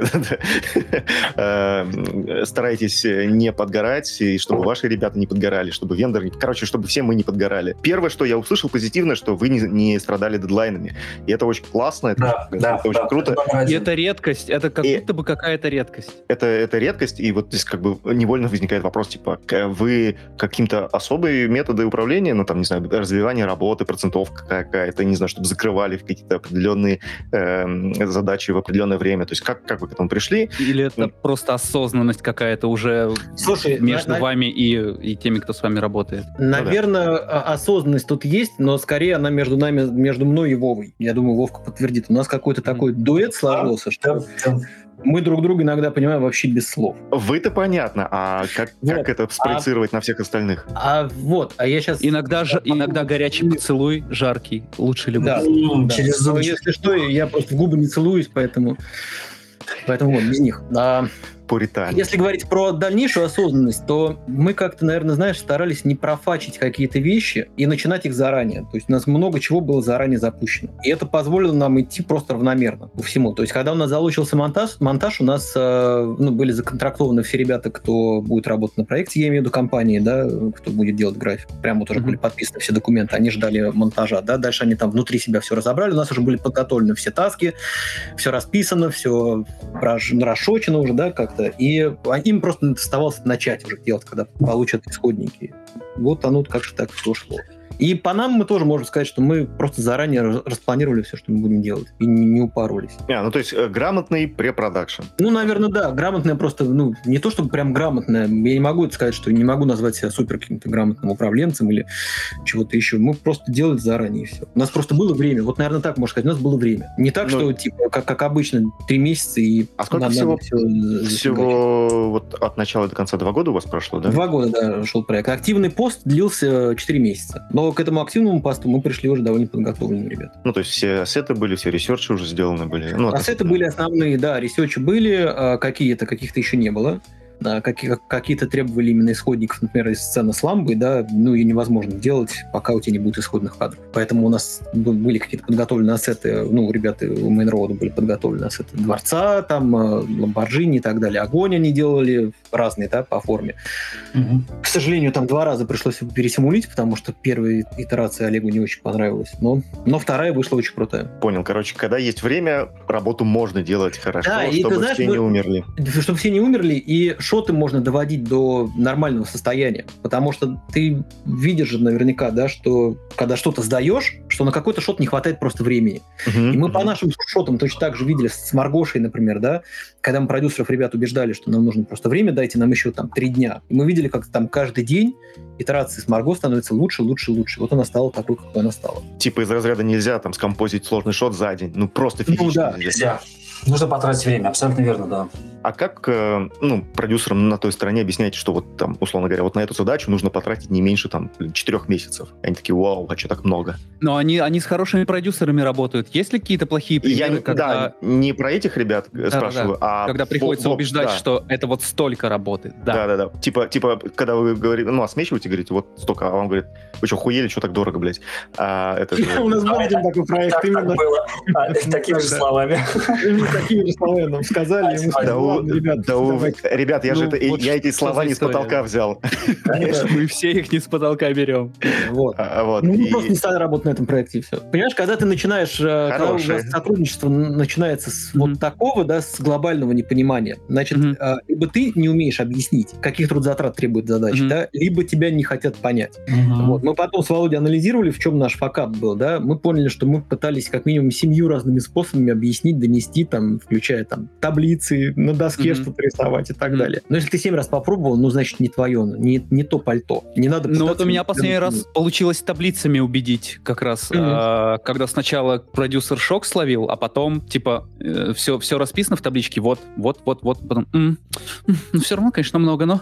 старайтесь не подгорать, и чтобы ваши ребята не подгорали, чтобы вендор, короче, чтобы все мы не подгорали. Первое, что я услышал позитивно, что вы не, не страдали дедлайнами. И это очень классно, это, Да, это, да, это очень да. круто. И это редкость, это как И- будто бы какая-то редкость. Это, это редкость, и вот здесь как бы невольно возникает вопрос, типа, к- вы каким-то особые методы управления, ну, там, не знаю, развивание работы, процентовка какая-то, не знаю, чтобы закрывали какие-то определенные эм, задачи в определенное время. То есть как, как вы к этому пришли? Или это Ну. просто осознанность какая-то уже Слушай, между на- на- вами и, и теми, кто с вами работает? Наверное, а- осознанность тут есть, но скорее она между нами, между мной и Вовой. Я думаю, Вовка подтвердит. У нас какой-то такой дуэт сложился, что Да, да. мы друг друга иногда понимаем вообще без слов. Вы-то понятно, а как, как Вот. это спроецировать на всех остальных? А вот, а я сейчас... Иногда, ж- иногда горячий поцелуй, жаркий, лучше любых. Да, М, да. Через Но Zoom. если что, я просто в губы не целуюсь, поэтому... Поэтому вот, без них. А, Пуритане. если говорить про дальнейшую осознанность, то мы как-то, наверное, знаешь, старались не профачить какие-то вещи и начинать их заранее. То есть у нас много чего было заранее запущено. И это позволило нам идти просто равномерно по всему. То есть когда у нас залучился монтаж, монтаж у нас э, ну, были законтрактованы все ребята, кто будет работать на проекте, я имею в виду компании, да, кто будет делать график. Прямо вот уже Мгм. были подписаны все документы, они ждали монтажа, да, дальше они там внутри себя все разобрали, у нас уже были подготовлены все таски, все расписано, все расшочено уже, да, как-то, и им просто оставалось начать уже делать, когда получат исходники. Вот оно как-то так все шло. И по нам мы тоже можем сказать, что мы просто заранее раз- распланировали все, что мы будем делать, и не, не упоролись. А, ну, то есть э, грамотный препродакшн. Ну, наверное, да, грамотная просто, ну, не то чтобы прям грамотная, я не могу сказать, что не могу назвать себя супер каким-то грамотным управленцем или чего-то еще. Мы просто делали заранее и все. У нас просто было время, вот, наверное, так можно сказать, у нас было время. Не так, Ну, что, типа, как, как обычно, три месяца и... А сколько надо всего, всё зафигачить. всего вот от начала до конца два года у вас прошло, да? Два года, да, шел проект. Активный пост длился четыре месяца. Но к этому активному посту мы пришли уже довольно подготовленными, ребята. Ну, то есть все ассеты были, все ресерчи уже сделаны были. Ну, Ассеты были основные, да, ресерчи были, а какие-то, каких-то еще не было. Да, какие- какие-то требовали именно исходников, например, из сцены с ламбой, да, ну и невозможно делать, пока у тебя не будет исходных кадров. Поэтому у нас б- были какие-то подготовленные ассеты, ну, ребята у Мейнроуда были подготовлены ассеты Дворца, там, э, Ламборджини и так далее. Огонь они делали разные, да, по форме. Мгм. К сожалению, там два раза пришлось пересимулить, потому что первая итерация Олегу не очень понравилась, но, но вторая вышла очень крутая. Понял. Короче, когда есть время, работу можно делать хорошо, Да, и ты чтобы знаешь, все мы- не умерли. Чтобы все не умерли, и шоты можно доводить до нормального состояния. Потому что ты видишь же наверняка, да, что когда что-то сдаешь, что на какой-то шот не хватает просто времени. Мгм. И мы по нашим шотам точно так же видели с Маргошей, например, да, когда мы продюсеров ребят убеждали, что нам нужно просто время, дайте нам еще там три дня. И мы видели, как там каждый день итерации с Марго становится лучше, лучше, лучше. Вот она стала такой, какой она стала. Типа из разряда нельзя там скомпозить сложный шот за день. Ну, просто Ну физически да, нельзя. Нельзя. Нужно потратить время, абсолютно верно, да. А как, э, ну, продюсерам на той стороне объясняете, что вот там, условно говоря, вот на эту задачу нужно потратить не меньше там четырех месяцев? Они такие, вау, а что так много? Но они, они с хорошими продюсерами работают. Есть ли какие-то плохие И я примеры, не- когда, да, не про этих ребят э, Да, спрашиваю, а... когда приходится во- во- убеждать, да. что это вот столько работы? Да. Да-да-да. Типа, типа, когда вы говорите, ну, осмечиваете, говорите, вот столько, а вам говорят, вы что, хуели, что так дорого, блядь? А, это же... У нас был А, один такой проект, Так, так именно было. А, Такими же Да. словами. именно такими же словами нам сказали, и мы Да, сказали, у- ладно, ребят, да у- давайте. ребят, я Ну, же это, вот я эти что слова за не с история? потолка взял. Конечно. Мы все их не с потолка берем. Вот. А, вот, Ну, мы и- просто не стали работать на этом проекте, и все. Понимаешь, когда ты начинаешь, э, когда у Хорошее. вас сотрудничество н- начинается с Мгм. вот такого, да, с глобального непонимания, значит, Мгм. э, либо ты не умеешь объяснить, каких трудозатрат требует задача, Мгм. да, либо тебя не хотят понять. Мгм. Вот. Мы потом с Володей анализировали, в чем наш факап был, да, мы поняли, что мы пытались как минимум семью разными способами объяснить, донести, там, включая там таблицы, на доске Мгм. что-то рисовать и так Мгм. далее. Но если ты семь раз попробовал, ну, значит, не твое, не, не то пальто. Не надо Ну вот пытаться у меня убедить последний людей. раз получилось таблицами убедить как раз, Мгм. а, когда сначала продюсер шок словил, а потом типа все, все расписано в табличке, вот, вот, вот, вот, потом, м, м, ну все равно, конечно, много, но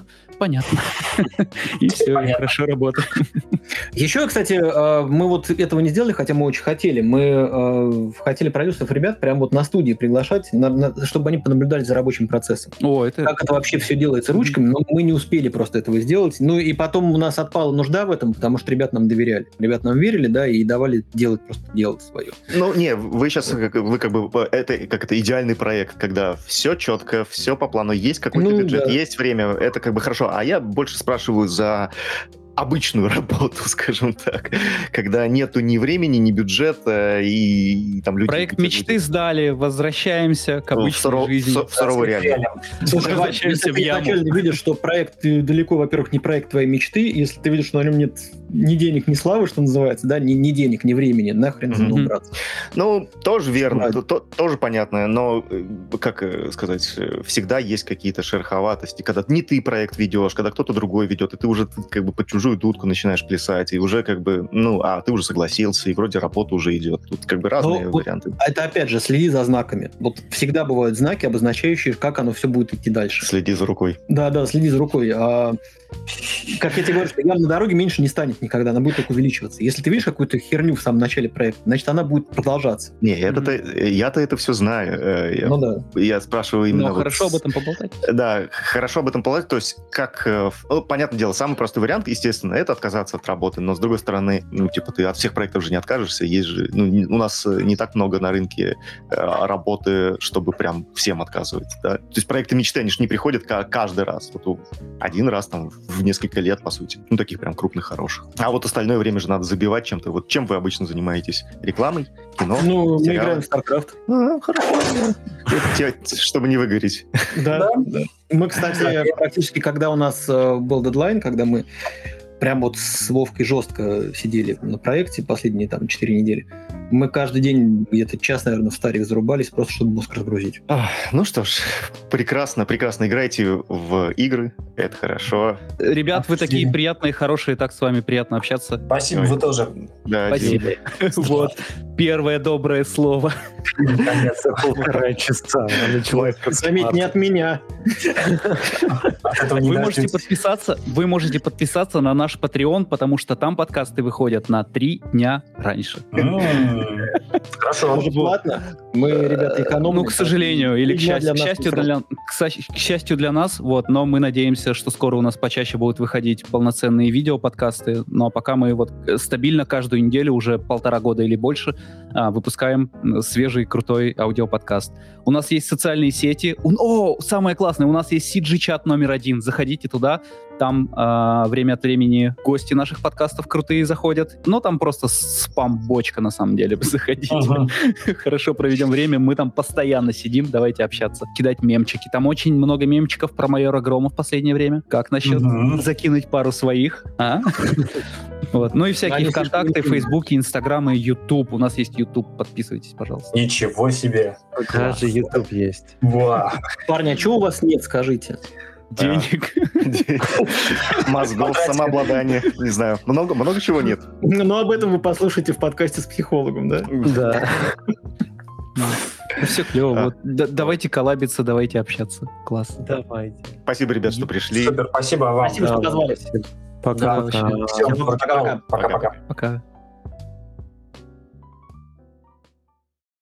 понятно. И все, и хорошо работает. Еще, кстати, мы вот этого не сделали, хотя мы очень хотели. Мы хотели продюсеров ребят прямо вот на студии приглашать, чтобы они понаблюдали за рабочим процессом. О, это... Как это вообще все делается ручками, но мы не успели просто этого сделать. Ну и потом у нас отпала нужда в этом, потому что ребят нам доверяли. Ребят нам верили, да, и давали делать просто делать свое. Ну, не, вы сейчас, вы как бы, это как это идеальный проект, когда все четко, все по плану, есть какой-то Ну, бюджет, да. есть время, это как бы хорошо. А я больше спрашиваю за обычную работу, скажем так, когда нету ни времени, ни бюджета, и, и там люди... Проект мечты сдали, возвращаемся к обычной суро- жизни. в суровой реальности. Слушай, Возвращаемся если в ты яму. изначально видишь, что проект ты далеко, во-первых, не проект твоей мечты, если ты видишь, что на нем нет ни денег, ни славы, что называется, да, ни, ни денег, ни времени, нахрен за Мгм. него браться. Ну, тоже верно, Ладно. то- то- тоже понятно, но, э, как э, сказать, э, всегда есть какие-то шероховатости, когда не ты проект ведешь, когда кто-то другой ведет, и ты уже как бы под чужую дудку начинаешь плясать, и уже как бы, ну, а ты уже согласился, и вроде работа уже идет. Тут как бы разные Ну, вот варианты. А это, опять же, следи за знаками. Вот всегда бывают знаки, обозначающие, как оно все будет идти дальше. Следи за рукой. Да-да, следи за рукой. А, как я тебе говорю, что яма на дороге меньше не станет никогда, она будет только увеличиваться. Если ты видишь какую-то херню в самом начале проекта, значит, она будет продолжаться. Не, это-то, э, я-то это все знаю. э, Я, Ну да. я спрашиваю именно... Но вот хорошо с- об этом поболтать. Да, хорошо об этом полагать. То есть, как... э, в- ну, понятное дело, самый простой вариант, естественно, это отказаться от работы. Но, с другой стороны, ну, типа, ты от всех проектов же не откажешься. Есть же... Ну, не- у нас э, не так много на рынке э, работы, чтобы прям всем отказывать. Да? То есть, проекты мечты, они же не приходят ка- каждый раз. Вот у- один раз там в несколько лет, по сути. Ну, таких прям крупных, хороших. А вот остальное время же надо забивать чем-то. Вот чем вы обычно занимаетесь? Рекламой? Кино? Ну, мы сериалы? играем в StarCraft. А, хорошо. Это те- чтобы не выгореть. Да, да. Мы, кстати, практически, когда у нас э, был дедлайн, когда мы прям вот с Вовкой жестко сидели на проекте последние там четыре недели, мы каждый день где-то час, наверное, в старик зарубались, просто чтобы мозг разгрузить. А, ну что ж, прекрасно, прекрасно. Играйте в игры, это хорошо. Ребят, вы такие Спасибо. приятные, хорошие, так с вами приятно общаться. Спасибо, Ой. вы тоже. Да, Спасибо. Дим. Вот, первое доброе слово. Наконец-то. Полтора часа. она началась Заметь, не от меня. От этого не Вы можете дождетесь. подписаться, вы можете подписаться на наш Patreon, потому что там подкасты выходят на три дня раньше. М, Хорошо. Уже платно. Мы, ребята, экономные. Ну, к сожалению, или к Три дня счастью, для к нас счастью не для, к со- к счастью для нас, вот, но мы надеемся, что скоро у нас почаще будут выходить полноценные видео-подкасты, но пока мы вот э, стабильно каждую неделю, уже полтора года или больше, а, выпускаем м, свежий, крутой аудиоподкаст. У нас есть социальные сети. У- О, самое классное, у нас есть си джи-чат номер один. Заходите туда, там а, время от времени гости наших подкастов крутые заходят, но там просто спам-бочка на самом деле. Заходите. Мгм. Хорошо проведем время, мы там постоянно сидим, давайте общаться, кидать мемчики. Там очень много мемчиков про майора Грома в последнее время. Как насчет Мгм. закинуть пару своих? А? Вот. Ну и всякие Они ВКонтакты, слишком Фейсбуки, Инстаграмы, Ютуб. У нас есть Ютуб, подписывайтесь, пожалуйста. Ничего себе. Даже YouTube есть. Вау. Парни, а чего у вас нет, скажите? Денег. Мозгов, самообладание, не знаю. Много, много чего нет. Ну, об этом вы послушаете в подкасте с психологом, да? Да. Все клево. А. Вот. Да- Давайте коллабиться, давайте общаться. Класс. Давайте. Спасибо, ребят, что пришли. Супер, спасибо вам. Спасибо, что позвали. Пока-пока. Да, Всем Пока-пока. пока-пока. Пока.